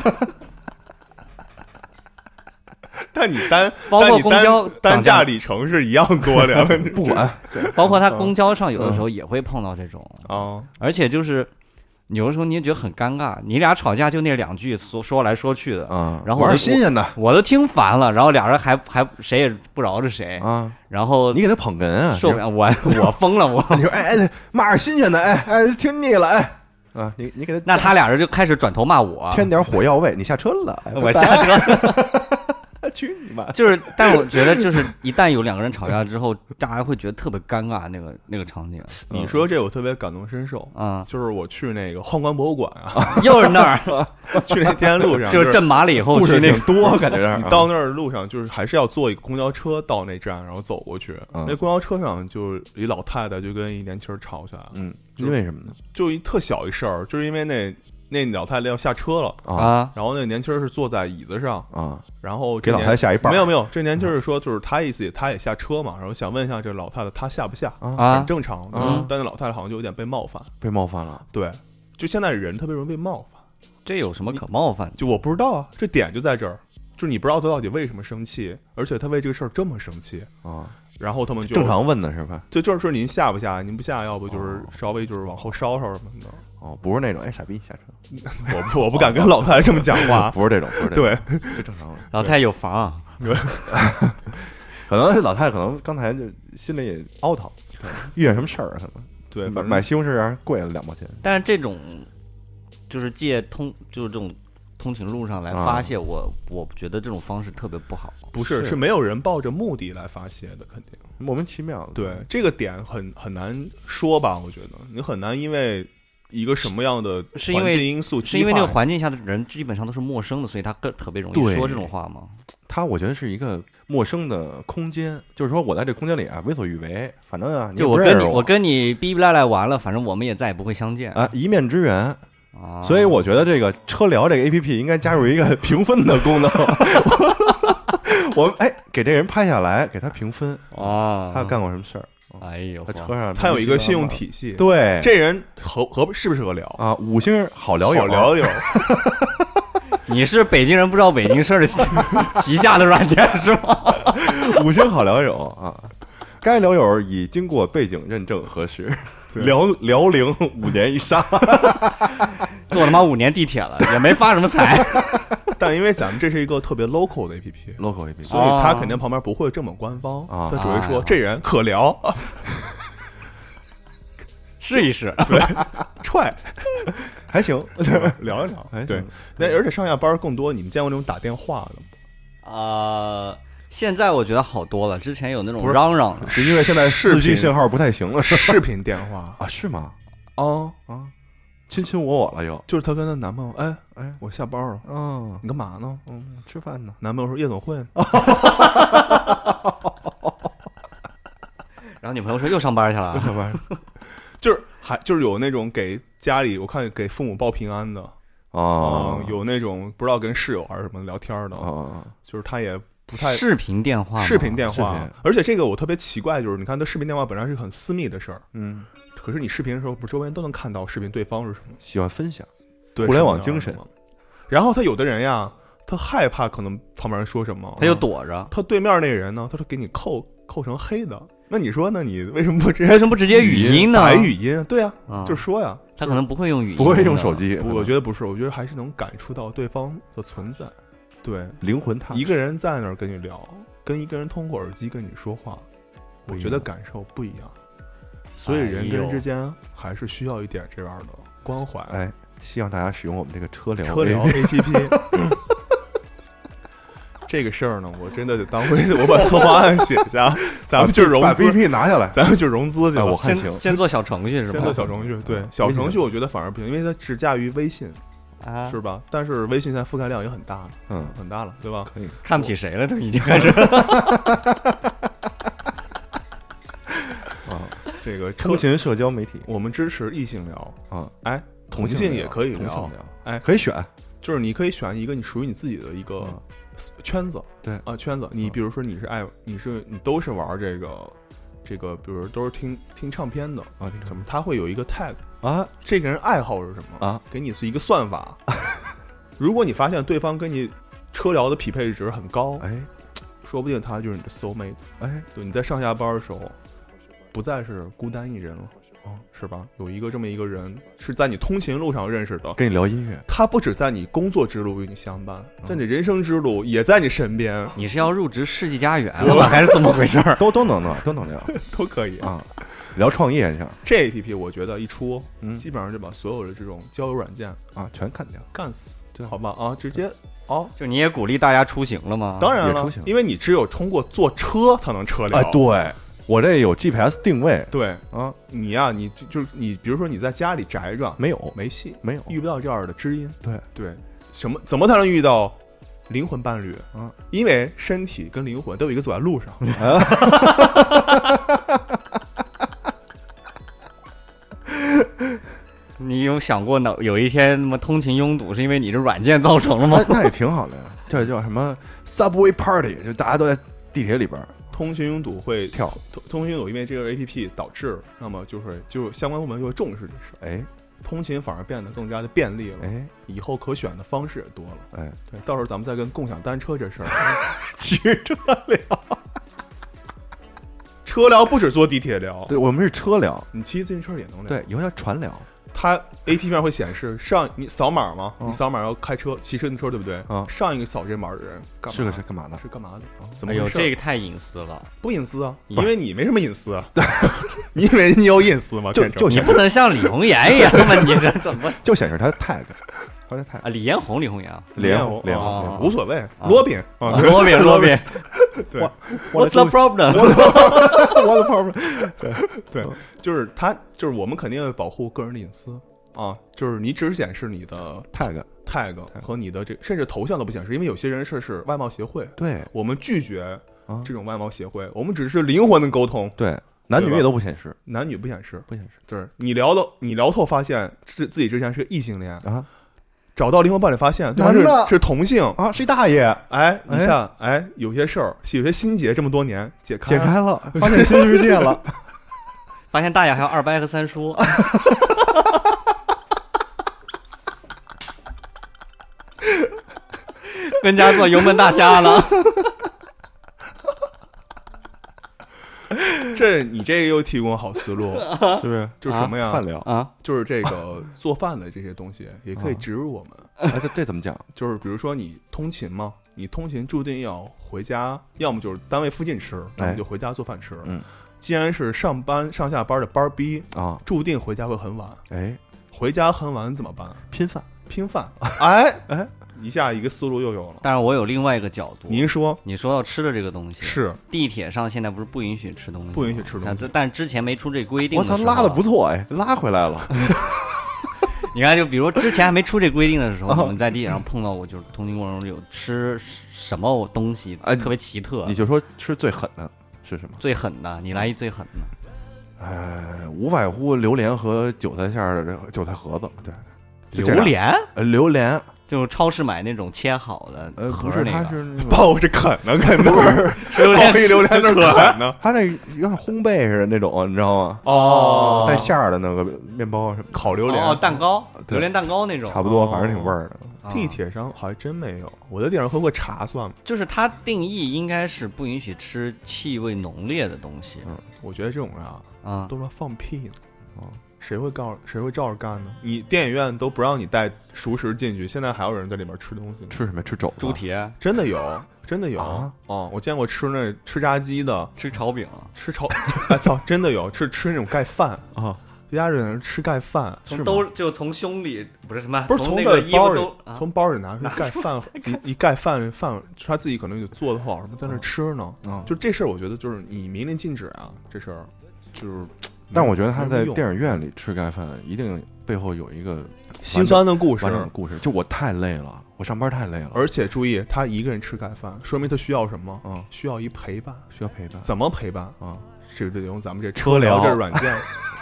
但你单包括公交单价里程是一样多的， 不管， 包括他公交上有的时候也会碰到这种啊， 而且就是有的时候你也觉得很尴尬，你俩吵架就那两句说说来说去的， 啊， 然后我是新鲜的， 我都听烦了，然后俩人还还谁也不饶着谁啊， 然后你给他捧哏啊， 受不了，我我疯了，我你说哎哎，骂点新鲜的，哎哎，听腻了，哎。啊，你你给他， 那他俩人就开始转头骂我， 添点火药味，你下车了，哎、 我下车。 去你妈！ 就是，但我觉得就是一旦有两个人吵架之后，大家会觉得特别尴尬，那个那个场景。 你说这我特别感同身受啊、嗯， 就是我去那个宦官博物馆啊， 又是那儿， 去那天路上就是震马了以后去那个多，感觉你到那儿路上就是还是要坐一个公交车到那站，然后走过去。 嗯、 那公交车上就一老太太就跟一年轻人吵起来了， 嗯，因为什么呢？ 就一特小一事儿，就是因为那。那老太太要下车了啊， 然后那年轻人是坐在椅子上啊， 然后给老太太下一半， 没有没有，这年轻人说就是他意思也他也下车嘛，然后想问一下这老太太她下不下啊， 很正常， 啊， 但那老太太好像就有点被冒犯， 被冒犯了， 对，就现在人特别容易被冒犯， 这有什么可冒犯的？ 就我不知道啊，这点就在这儿，就是你不知道他到底为什么生气，而且他为这个事儿这么生气啊。 然后他们就正常问的是吧？ 就就是说您下不下？您不下，要不就是稍微就是往后稍稍什么的。 哦，不是那种哎傻逼下车， 我不我不敢跟老太太这么讲话， 不是这种，不是这种， 对， 这正常问。 老太太有房啊， 对， 可能老太太可能刚才就心里也凹掏，遇见什么事儿可能对， 买买西红柿芽贵了两毛钱。 但是这种就是借通就是这种。通勤路上来发泄，我、啊、我觉得这种方式特别不好。 不是，是没有人抱着目的来发泄的，肯定莫名其妙的。 对，这个点很很难说吧？我觉得你很难，因为一个什么样的环境因素， 是因为那个环境下的人基本上都是陌生的，所以他更特别容易说这种话吗？ 他我觉得是一个陌生的空间，就是说我在这空间里啊为所欲为，反正啊， 就我跟你我跟你逼逼赖赖完了，反正我们也再也不会相见啊，一面之缘。 啊、 所以我觉得这个车聊这个 A P P 应该加入一个评分的功能。我们哎，给这人拍下来，给他评分啊， 他干过什么事儿？ 哎呦， 他车上他有一个信用体系， 对， 这人合合适不适合聊啊？五星好聊友， 好聊友。 你是北京人不知道北京事儿的旗下的软件是吗？ 五星好聊友啊，该聊友已经过背景认证核实。辽辽龄五年以上， 坐他妈五年地铁了，也没发什么财。 但因为咱们这是一个特别 local 的 A P P，local A P P， 所以他肯定旁边不会这么官方啊。 他只会说这人可聊， 试一试， 对，踹还行， 聊一聊。对，那而且上下班更多，你们见过那种打电话的吗？啊。现在我觉得好多了，之前有那种嚷嚷的， 是因为现在四 G 信号不太行了， 视频电话啊？是吗？ 啊啊，亲亲我我了又， 就是她跟她男朋友，哎哎， 我下班了， 嗯， 你干嘛呢？ 嗯，吃饭呢。 男朋友说夜总会呢， 然后女朋友说又上班去了， 又上班， 就是还就是有那种给家里，我看给父母报平安的啊、 嗯，有那种不知道跟室友还是什么聊天的啊， 就是他也。不太视频电话， 视频电话，而且这个我特别奇怪，就是你看，这视频电话本来是很私密的事儿， 嗯， 可是你视频的时候，不周围人都能看到视频对方是什么， 喜欢分享， 对， 互联网精神。 然后他有的人呀，他害怕可能旁边人说什么， 他就躲着。 他对面那个人呢，他说给你扣扣成黑的，那你说呢？你为什么不直接为什么不直接语音呢？ 打语音，对呀、 啊， 就说呀， 他可能不会用语音， 不会用手机。 我觉得不是，我觉得还是能感触到对方的存在。 对， 灵魂踏实。 一个人在那儿跟你聊，跟一个人通过耳机跟你说话，我觉得感受不一样。所以人跟人之间还是需要一点这样的关怀。 哎，希望大家使用我们这个车聊车聊 A P P。这个事儿呢，我真的得当回我把策划案写下，咱们就融把资 V P 拿下来， 咱们就融资去了。 哎我看行先先做小程序是吧？ 先做小程序，对小程序我觉得反而不行，因为它只驾驭微信， 啊， 是吧？但是微信现在覆盖量也很大了， 嗯， 很大了，对吧？ 可以。 看不起谁了都已经开始。 啊，这个通勤社交媒体我们支持异性聊啊， 哎，同性也可以聊同性，聊， 哎， 可以选。 就是你可以选一个你属于你自己的一个嗯圈子， 对啊，圈子。你比如说你是爱，你是你都是玩这个这个，比如都是听听唱片的啊， 怎么他会有一个 tag 啊， 这个人爱好是什么啊？ 给你是一个算法。如果你发现对方跟你车聊的匹配值很高， 哎， 说不定他就是你的 soul mate。 哎， 对，你在上下班的时候不再是孤单一人了。哦，是吧？有一个这么一个人是在你通勤路上认识的， 跟你聊音乐， 他不只在你工作之路与你相伴，在你人生之路也在你身边。 你是要入职世纪佳缘了吗？还是怎么回事？ 都都能聊，都能聊， 都可以啊。聊创业去， 这 A P P 我觉得一出， 嗯， 基本上就把所有的这种交友软件啊全干掉， 干死，对，好吧啊，直接哦， 就你也鼓励大家出行了吗？ 当然了，因为你只有通过坐车才能车聊。 哎，对。我这有 G P S 定位， 对啊， 你呀、啊，你就就是你，比如说你在家里宅着， 没有没戏， 没有遇不到这样的知音， 对对，什么怎么才能遇到灵魂伴侣啊？ 因为身体跟灵魂都有一个走在路上。 你有想过呢？有一天那么通勤拥堵是因为你这软件造成了吗？ 那也挺好的呀，这叫什么 Subway Party， 就大家都在地铁里边。 通勤拥堵会跳， 通通勤拥堵因为这个 A P P 导致，那么就是就相关部门就会重视这事。 哎， 通勤反而变得更加的便利了。 哎， 以后可选的方式也多了。 哎， 对，到时候咱们再跟共享单车这事儿骑车聊， 车聊不止坐地铁聊， 对我们是车聊， 你骑自行车也能聊。 对，以后叫船聊。 它 A P P 上会显示上你扫码吗？ 嗯、 你扫码要开车骑自行车，对不对？啊、 嗯， 上一个扫这码的人干嘛？ 是个是干嘛的？ 是干嘛的？ 哦、 怎么回事？ 哎呦，这个太隐私了， 不隐私啊，因为你没什么隐私啊。你以为你有隐私吗？ 就就你不能像李红颜一样嘛？你这怎么就显示他 tag， 他的 tag 啊？李彦宏，李红颜， 李彦宏，李彦宏无所谓。罗宾， 罗宾，罗宾， 对 ，What's the problem？ What's the problem？ 对对，就是他，就是我们肯定要保护个人的隐私。啊，就是你只显示你的 tag tag 和你的这甚至头像都不显示，因为有些人是是外貌协会， 对我们拒绝这种外貌协会，我们只是灵魂的沟通， 对，男女也都不显示， 男女不显示， 不显示， 就是你聊的，你聊透发现是自己之前是个异性恋啊， 找到灵魂伴侣发现对方是是同性啊，是一大爷， 哎，一下哎，有些事儿有些心结这么多年解开解开了，发现新世界了， 发现大爷还有二伯和三叔。跟家做油焖大虾了， 这你这个又提供好思路， 是不是？ 就是什么呀？ 饭聊啊， 就是这个做饭的这些东西也可以植入我们。 哎，这这怎么讲？ 就是比如说你通勤嘛，你通勤注定要回家，要么就是单位附近吃，要么就回家做饭吃。 嗯， 既然是上班上下班的班逼啊， 注定回家会很晚。 哎， 回家很晚怎么办？ 拼饭， 拼饭。哎哎。一下一个思路又有了， 但是我有另外一个角度。 您说， 你说到吃的这个东西， 是地铁上现在不是不允许吃东西， 不允许吃东西。 但之前没出这规定的时候，我操，拉的不错哎，拉回来了。 你看，就比如之前还没出这规定的时候，我们在地铁上碰到过，就是通勤过程中有吃什么东西，哎，特别奇特。 你就说吃最狠的是什么？ 最狠的，你来一最狠的。 哎，无外乎榴莲和韭菜馅的韭菜盒子，对， 榴莲， 呃，榴莲。 就超市买那种切好的， 呃， 不是，它是抱着啃呢，啃的不是榴莲，一榴莲那啃呢， 它那有点烘焙似的那种，你知道吗？ 哦， 带馅儿的那个面包什么， 烤榴莲， 哦，蛋糕，榴莲蛋糕那种， 差不多，反正挺味儿的。 地铁上好像真没有，我在地上喝过茶算吗？ 就是它定义应该是不允许吃气味浓烈的东西。 嗯，我觉得这种啊， 啊， 都是放屁呢。 哦， 谁会告谁会照着干呢？你电影院都不让你带熟食进去，现在还有人在里面吃东西呢。 吃什么？吃肘子、 猪蹄， 真的有，真的有啊！ 哦，我见过吃那吃炸鸡的， 吃炒饼， 吃炒，哎操，真的有，吃吃那种盖饭啊！ 人家人吃盖饭， 从兜就从胸里不是什么， 不是从那个衣服都、 啊、从包里拿出盖饭，一一盖饭饭，他自己可能就做的好，什么在那吃呢？ 嗯、 就这事儿，我觉得就是你明令禁止啊，这事儿就是。 但我觉得他在电影院里吃盖饭，一定背后有一个心酸的故事。 完整的故事，就我太累了，我上班太累了。 而且注意，他一个人吃盖饭，说明他需要什么？ 嗯， 需要一陪伴， 需要陪伴。 怎么陪伴？啊、 嗯， 这个得用咱们这车聊这软件。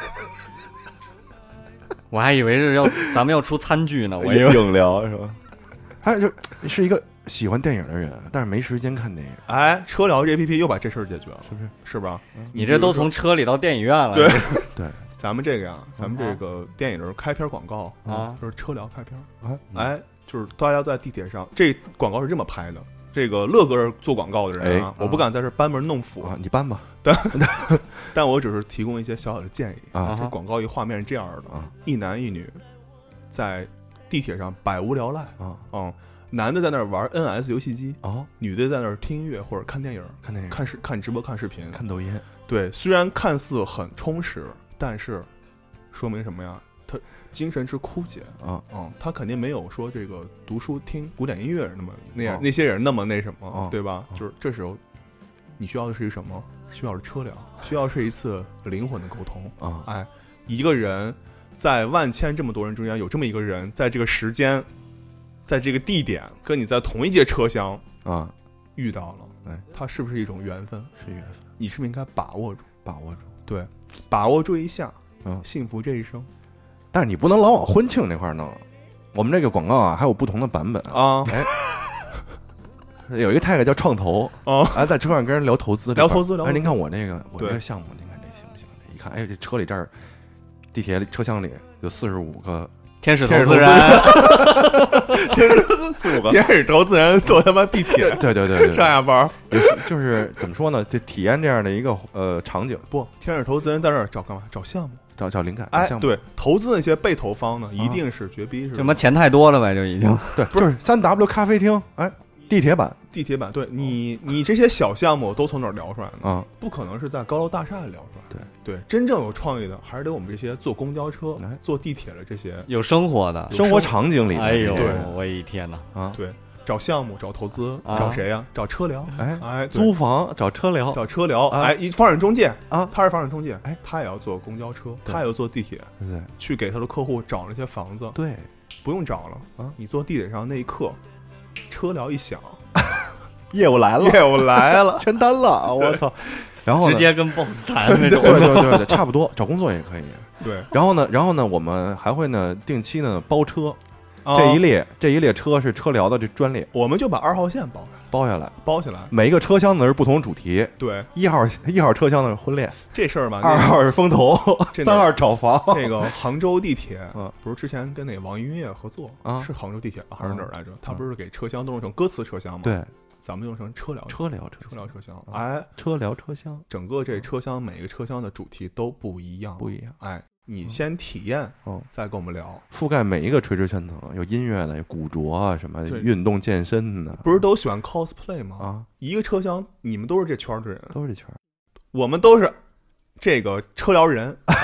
我还以为是要咱们要出餐具呢，我以为硬聊是吧？他就是一个喜欢电影的人，但是没时间看电影。 哎，车聊这 A P P 又把这事儿解决了， 是不是？ 是吧？ 嗯、你这都从车里到电影院了。 对对， 咱们这个呀，咱们这个电影的开篇广告啊， 就是车聊开篇啊。 哎，就是大家都在地铁上，这广告是这么拍的。这个乐哥是做广告的人啊， 哎、 我不敢在这班门弄斧啊，你搬吧。 但但我只是提供一些小小的建议啊。 这广告一画面是这样的啊，一男一女在地铁上百无聊赖啊， 嗯，男的在那儿玩 N S 游戏机哦， 女的在那儿听音乐或者看电影， 看电影、 看视、看直播、看视频、 看抖音。 对，虽然看似很充实，但是说明什么呀？他精神之枯竭啊， 嗯，他肯定没有说这个读书听古典音乐那么那样、 哦、 那些人那么那什么， 哦、 对吧？ 哦、 就是这时候你需要的是什么？需要是车聊，需要是一次灵魂的沟通啊！ 哎，一个人在万千这么多人中间，有这么一个人，在这个时间，在这个地点，跟你在同一节车厢啊遇到了， 哎， 他是不是一种缘分？ 是缘分， 你是不是应该把握住？ 把握住， 对，把握住一下， 嗯， 幸福这一生。 但是你不能老往婚庆这块弄。我们这个广告啊，还有不同的版本啊。 哎，有一个 tag 叫创投啊， 哎，在车上跟人聊投资， 聊投资，聊投资。 哎，您看我这个，我这个项目，您看这行不行？一看，哎，这车里这儿，地铁里车厢里有四十五个天使投资人， 天使四五个天使投资人坐他妈地铁， 对对对对， 上下班， 就是怎么说呢？就体验这样的一个呃场景。 不，天使投资人在这儿找干嘛？找项目。 找找灵感， 哎，对，投资那些被投方呢，一定是绝逼是什么钱太多了呗，就已经对，不是三 W 咖啡厅，哎，地铁版， 地铁版，对你，你这些小项目都从哪儿聊出来的？ 啊， 不可能是在高楼大厦里聊出来。 对对，真正有创意的，还是得我们这些坐公交车、坐地铁的这些有生活的生活场景里。 哎呦， 对， 我一天哪啊！对。找项目，找投资， 啊、 找谁呀、啊？找车聊， 哎哎， 租房找车聊， 找车聊， 啊、 哎，一房产中介啊， 他是房产中介， 哎， 他也要坐公交车，他也要坐地铁， 对对， 去给他的客户找那些房子， 对， 不用找了啊， 你坐地铁上那一刻，车聊一响， 业务来了， 业务来了， 签单了，我操！然后直接跟 boss 谈那种， 对对对对，差不多，找工作也可以。 对， 然后呢，然后呢，我们还会呢定期呢包车。这一列这一列车是车聊的这专列， 我们就把二号线包下包下来， 包起来。 每一个车厢呢是不同主题， 对， 一号一号车厢呢是婚恋， 这事儿吧， 二号是风投，三号找房。 那个杭州地铁，嗯，不是之前跟那网易云音乐合作啊？ 是杭州地铁还是哪儿来着？他不是给车厢都用成歌词车厢吗？ 对， 咱们用成车聊车聊车聊车厢，哎， 车聊车厢， 整个这车厢每个车厢的主题都不一样， 不一样， 哎。你先体验， 哦， 再跟我们聊， 覆盖每一个垂直圈层，有音乐的，有古着啊，什么运动健身的， 不是都喜欢 cosplay 吗？ 啊， 一个车厢，你们都是这圈的人， 都是这圈， 我们都是这个车聊人啊，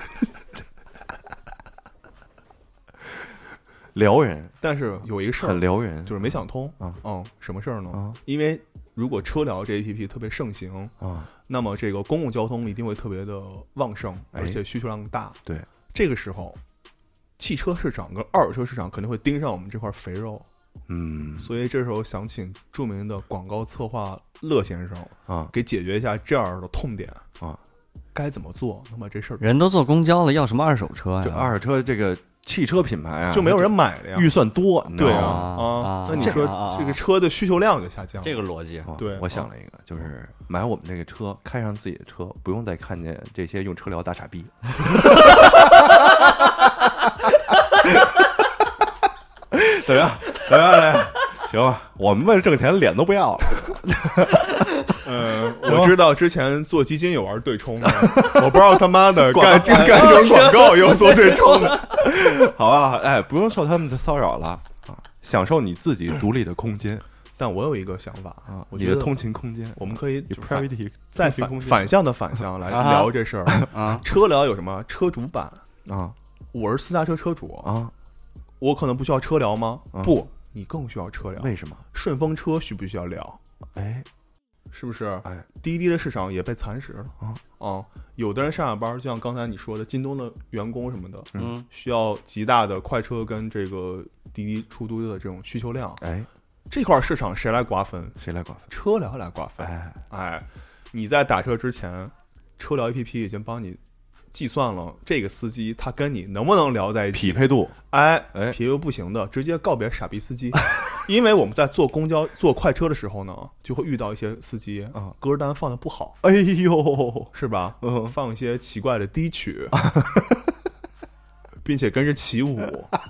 撩人。 但是有一个事儿很撩人， 就是没想通啊， 嗯，什么事儿呢？ 啊， 因为如果车聊这 A P P 特别盛行啊。 那么这个公共交通一定会特别的旺盛，而且需求量大。 哎、对， 这个时候，汽车市场跟二手车市场肯定会盯上我们这块肥肉。 嗯， 所以这时候想请著名的广告策划乐先生啊， 给解决一下这样的痛点啊， 该怎么做？那么这事儿人都坐公交了，要什么二手车呀？ 就二手车这个。汽车品牌啊， 就没有人买了呀， 预算多， 对啊啊，那你说这个车的需求量就下降了， 这个逻辑。 对， 我想了一个，就是买我们这个车，开上自己的车，不用再看见这些用车聊大傻逼。怎么样？怎么样？行吧，我们为了挣钱，脸都不要了。 嗯，我知道之前做基金有玩对冲的，我不知道他妈的干这干这种广告又做对冲的。 好吧，哎，不用受他们的骚扰了啊，享受你自己独立的空间但我有一个想法啊， 我觉得你的通勤空间， 我们可以你 private 再反通勤空间反向的反向来聊这事儿啊。 车聊有什么车主版？ 啊我是私家车车主， 啊， 我可能不需要车聊吗？ 啊不，你更需要车聊。 为什么？ 顺风车需不需要聊？ 哎是不是？ 哎， 滴滴的市场也被蚕食了啊啊！有的人上下班，就像刚才你说的，京东的员工什么的， 嗯， 需要极大的快车跟这个滴滴出租的这种需求量。 哎， 这块市场谁来瓜分？ 谁来瓜分？ 车聊来瓜分。 哎哎，你在打车之前，车聊 A P P 已经帮你计算了这个司机他跟你能不能聊在一起， 匹配度， 哎哎匹配不行的，直接告别傻逼司机。因为我们在坐公交、坐快车的时候呢，就会遇到一些司机啊， 歌单放的不好， 哎呦， 是吧？ 嗯放一些奇怪的低曲，并且跟着起舞，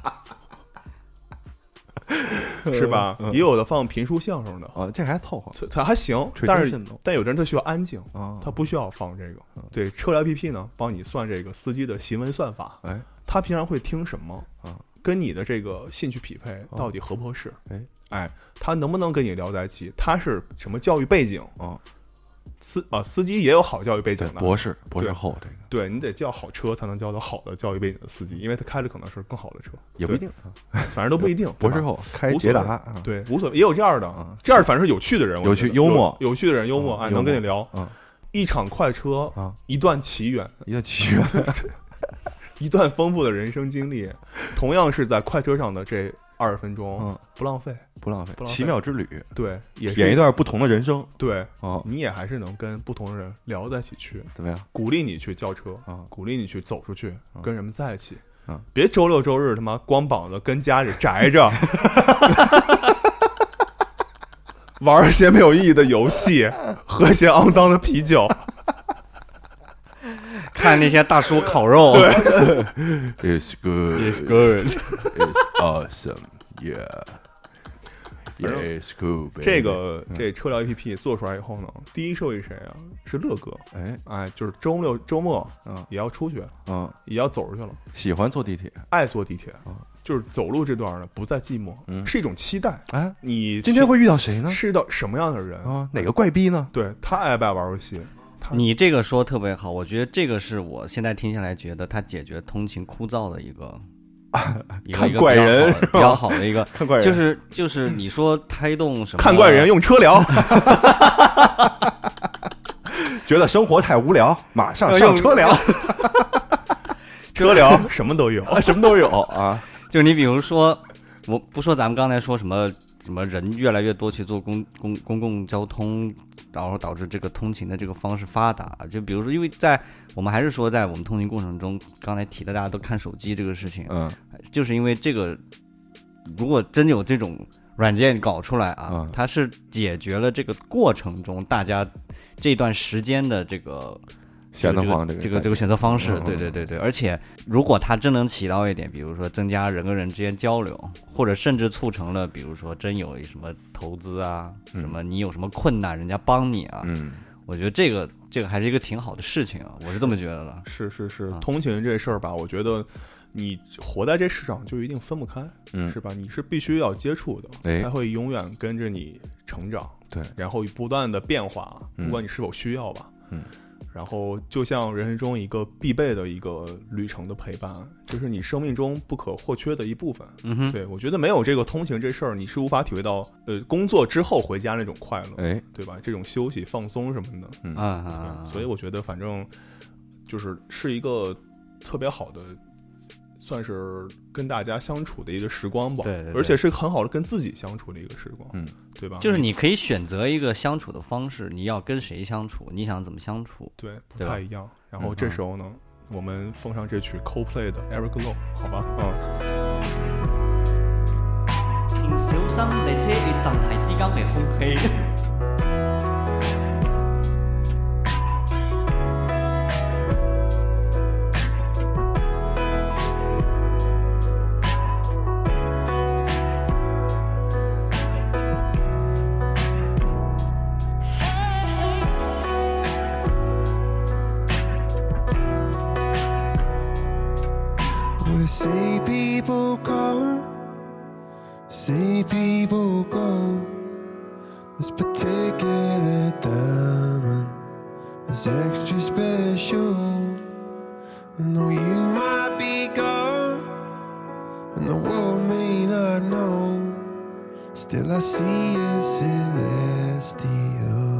是吧？ 嗯也有的放评书相声的， 啊，这还凑合它它还行， 垂但是头渗透但有的人他需要安静， 啊， 他不需要放这个。对，车聊 A P P 呢，帮你算这个司机的行为算法， 哎他平常会听什么啊， 跟你的这个兴趣匹配到底合不合适？ 哎哎，他能不能跟你聊在一起？他是什么教育背景？ 哦， 司啊，司机也有好教育背景对， 的， 博士博士后这个对你得叫好车才能叫到好的教育背景的司机，因为他开的可能是更好的车， 也不一定啊， 对，反正都不一定。 博士对吧后开无所谓捷达啊， 对，无所谓，也有这样的啊， 这样反正是有趣的人，我有觉得趣幽默有有趣的人，幽默，哎， 嗯幽默能跟你聊。 啊一场快车啊， 一段奇缘， 一个起源， 一段丰富的人生经历，同样是在快车上的这二十分钟嗯， 不浪费。 不浪费不，浪费奇妙之旅， 对，也是体验一段不同的人生对， 哦， 你也还是能跟不同的人聊在一起去， 怎么样鼓励你去叫车啊？ 鼓励你去走出去，跟人们在一起。 啊别周六周日他妈光膀子跟家里宅着，玩一些没有意义的游戏，喝一些肮脏的啤酒。 看那些大叔烤肉 ？It's good, ，It's good。 it's awesome, yeah, yeah, it's cool. 这个这车聊 A P P 做出来以后呢，第一受益谁啊？是乐哥。 哎哎，就是周六周末嗯也要出去， 嗯， 也要走出去了， 喜欢坐地铁， 爱坐地铁啊， 就是走路这段呢不再寂寞， 嗯是一种期待。 哎， 你今天会遇到谁呢？ 是到什么样的人？ 啊，哪个怪逼呢？ 对他爱不爱玩游戏？他你这个说特别好，我觉得这个是我现在听下来觉得它解决通勤枯燥的一个一个看一个比较怪人好的比较好的一个， 看怪人就是就是你说胎动什么看怪人用车聊， 觉得生活太无聊，马上上车聊， 车聊什么都有。 啊，什么都有啊。 就你比如说，我不说咱们刚才说什么什么人越来越多去坐公公公共交通，然后导致这个通勤的这个方式发达。就比如说，因为在我们还是说在我们通勤过程中，刚才提的大家都看手机这个事情， 嗯就是因为这个，如果真有这种软件搞出来啊， 嗯它是解决了这个过程中大家这段时间的这个。 闲得慌这这个个这个这个选择方式， 嗯对对对对，而且如果它真能起到一点，比如说增加人跟人之间交流，或者甚至促成了，比如说真有什么投资啊， 嗯什么你有什么困难，人家帮你啊， 嗯我觉得这个这个还是一个挺好的事情啊，我是这么觉得的。 是是是啊， 通勤这事儿吧，我觉得你活在这世上就一定分不开， 嗯， 是吧？你是必须要接触的， 哎它会永远跟着你成长， 对， 然后不断的变化， 嗯不管你是否需要吧， 嗯。 然后就像人生中一个必备的一个旅程的陪伴，就是你生命中不可或缺的一部分。 嗯哼， 对，我觉得没有这个通勤这事儿，你是无法体会到呃工作之后回家那种快乐， 哎， 对吧？这种休息放松什么的， 嗯啊啊， 对所以我觉得反正就是是一个特别好的，算是跟大家相处的一个时光吧。 对对对而且是很好的跟自己相处的一个时光， 嗯， 对吧？ 就是你可以选择一个相处的方式，你要跟谁相处，你想怎么相处。 对不对吧太一样。然后这时候呢，我们奉上这曲 Coldplay 的 Everglow， 好吧？嗯。 請小心你車與陣體之間嘅空氣。 people come, see people go. This particular diamond is extra special. I know you might be gone, and the world may not know. Still I see a celestial.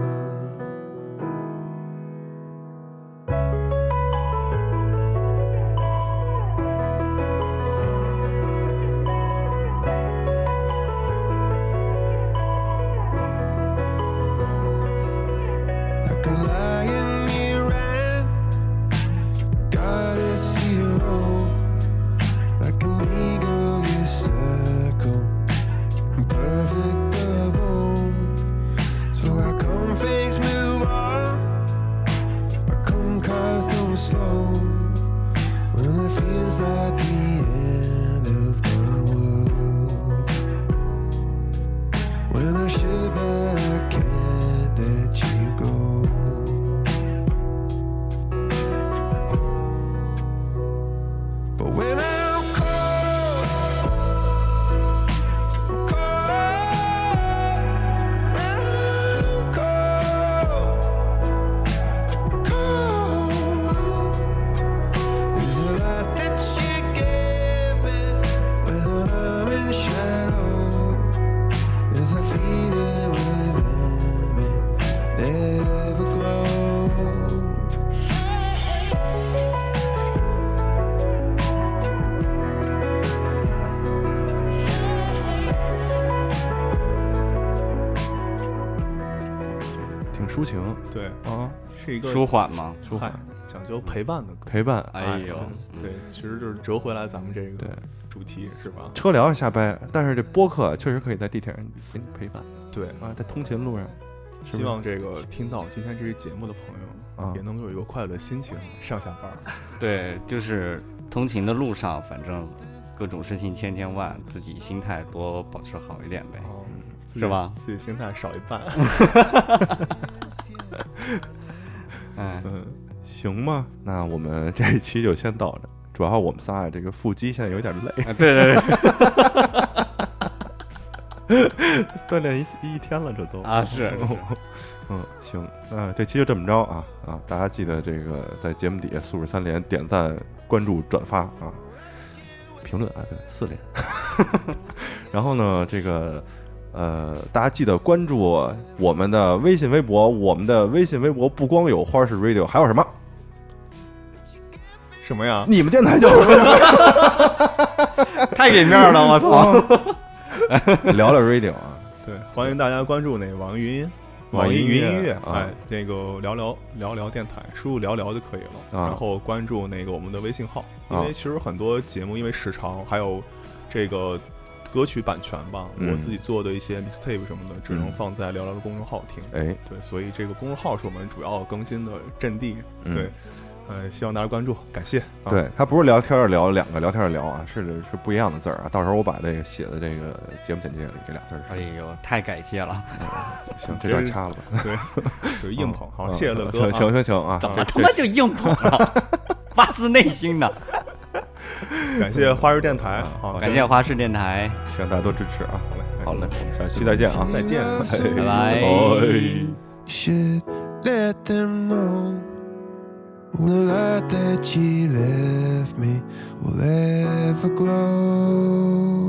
Like a lion you ran, got a zero. Like an eagle you circle, perfect bubble. So how come things move on? How come cars don't slow? When it feels like the end of my world. When I should but I can't let you go. But when I'm cold, I'm cold. When I'm cold, cold. There's a lot that you gave me when I'm in shadow. There's a feeling within me, never glow. 挺抒情对， 啊， 是一个舒缓嘛。 舒缓嗨讲究陪伴的歌。 陪伴。 哎呦， 对，其实就是折回来咱们这个对主题是吧？ 车聊瞎掰，但是这播客确实可以在地铁上给你陪伴对， 啊，在通勤路上，是不是希望这个听到今天这期节目的朋友啊也能够有一个快乐的心情上下班。 对，就是通勤的路上，反正各种事情千千万，自己心态多保持好一点呗。 哦，自己是吧自己心态少一半。 嗯， 嗯， 行吗？那我们这一期就先到这。主要我们仨这个腹肌现在有点累， 啊对对对锻炼一一天了，这都啊是。 嗯，行，那这期就这么着啊啊！大家记得这个在节目底下素质三连，点赞、关注、转发啊，评论啊，对，四连。然后呢，这个呃，大家记得关注我们的微信、微博。我们的微信、微博不光有花式 radio， 还有什么？ 什么呀？ 你们电台叫什么？ 太给面了，我操！ 聊聊 radio 啊， 对，欢迎大家关注那个网易云音。 网易易云音乐， 啊哎，那个聊聊聊聊电台，输入聊聊就可以了。 啊然后关注那个我们的微信号，因啊为其实很多节目因为时长还有这个歌曲版权吧， 嗯我自己做的一些 mixtape 什么的，只能嗯放在聊聊的公众号听。 哎， 对，所以这个公众号是我们主要更新的阵地。 嗯对，呃，希望大家关注，感谢。啊、 对，它不是聊天儿聊两个聊天儿聊啊，是是不一样的字儿啊。到时候我把这个写的这个节目简介里这俩字儿是。 哎呦，太感谢了！ 行，这段掐了吧。 对，就是硬捧。好， 嗯谢谢乐哥。 行行行行啊， 怎么这他妈就硬捧了？发自内心的， 感谢花式电台，好， 感谢花式电台， 希望大家多支持啊。 好嘞， 好嘞，我们下期再见啊， 再见。 拜拜。 Should let them know the light that you left me will ever glow.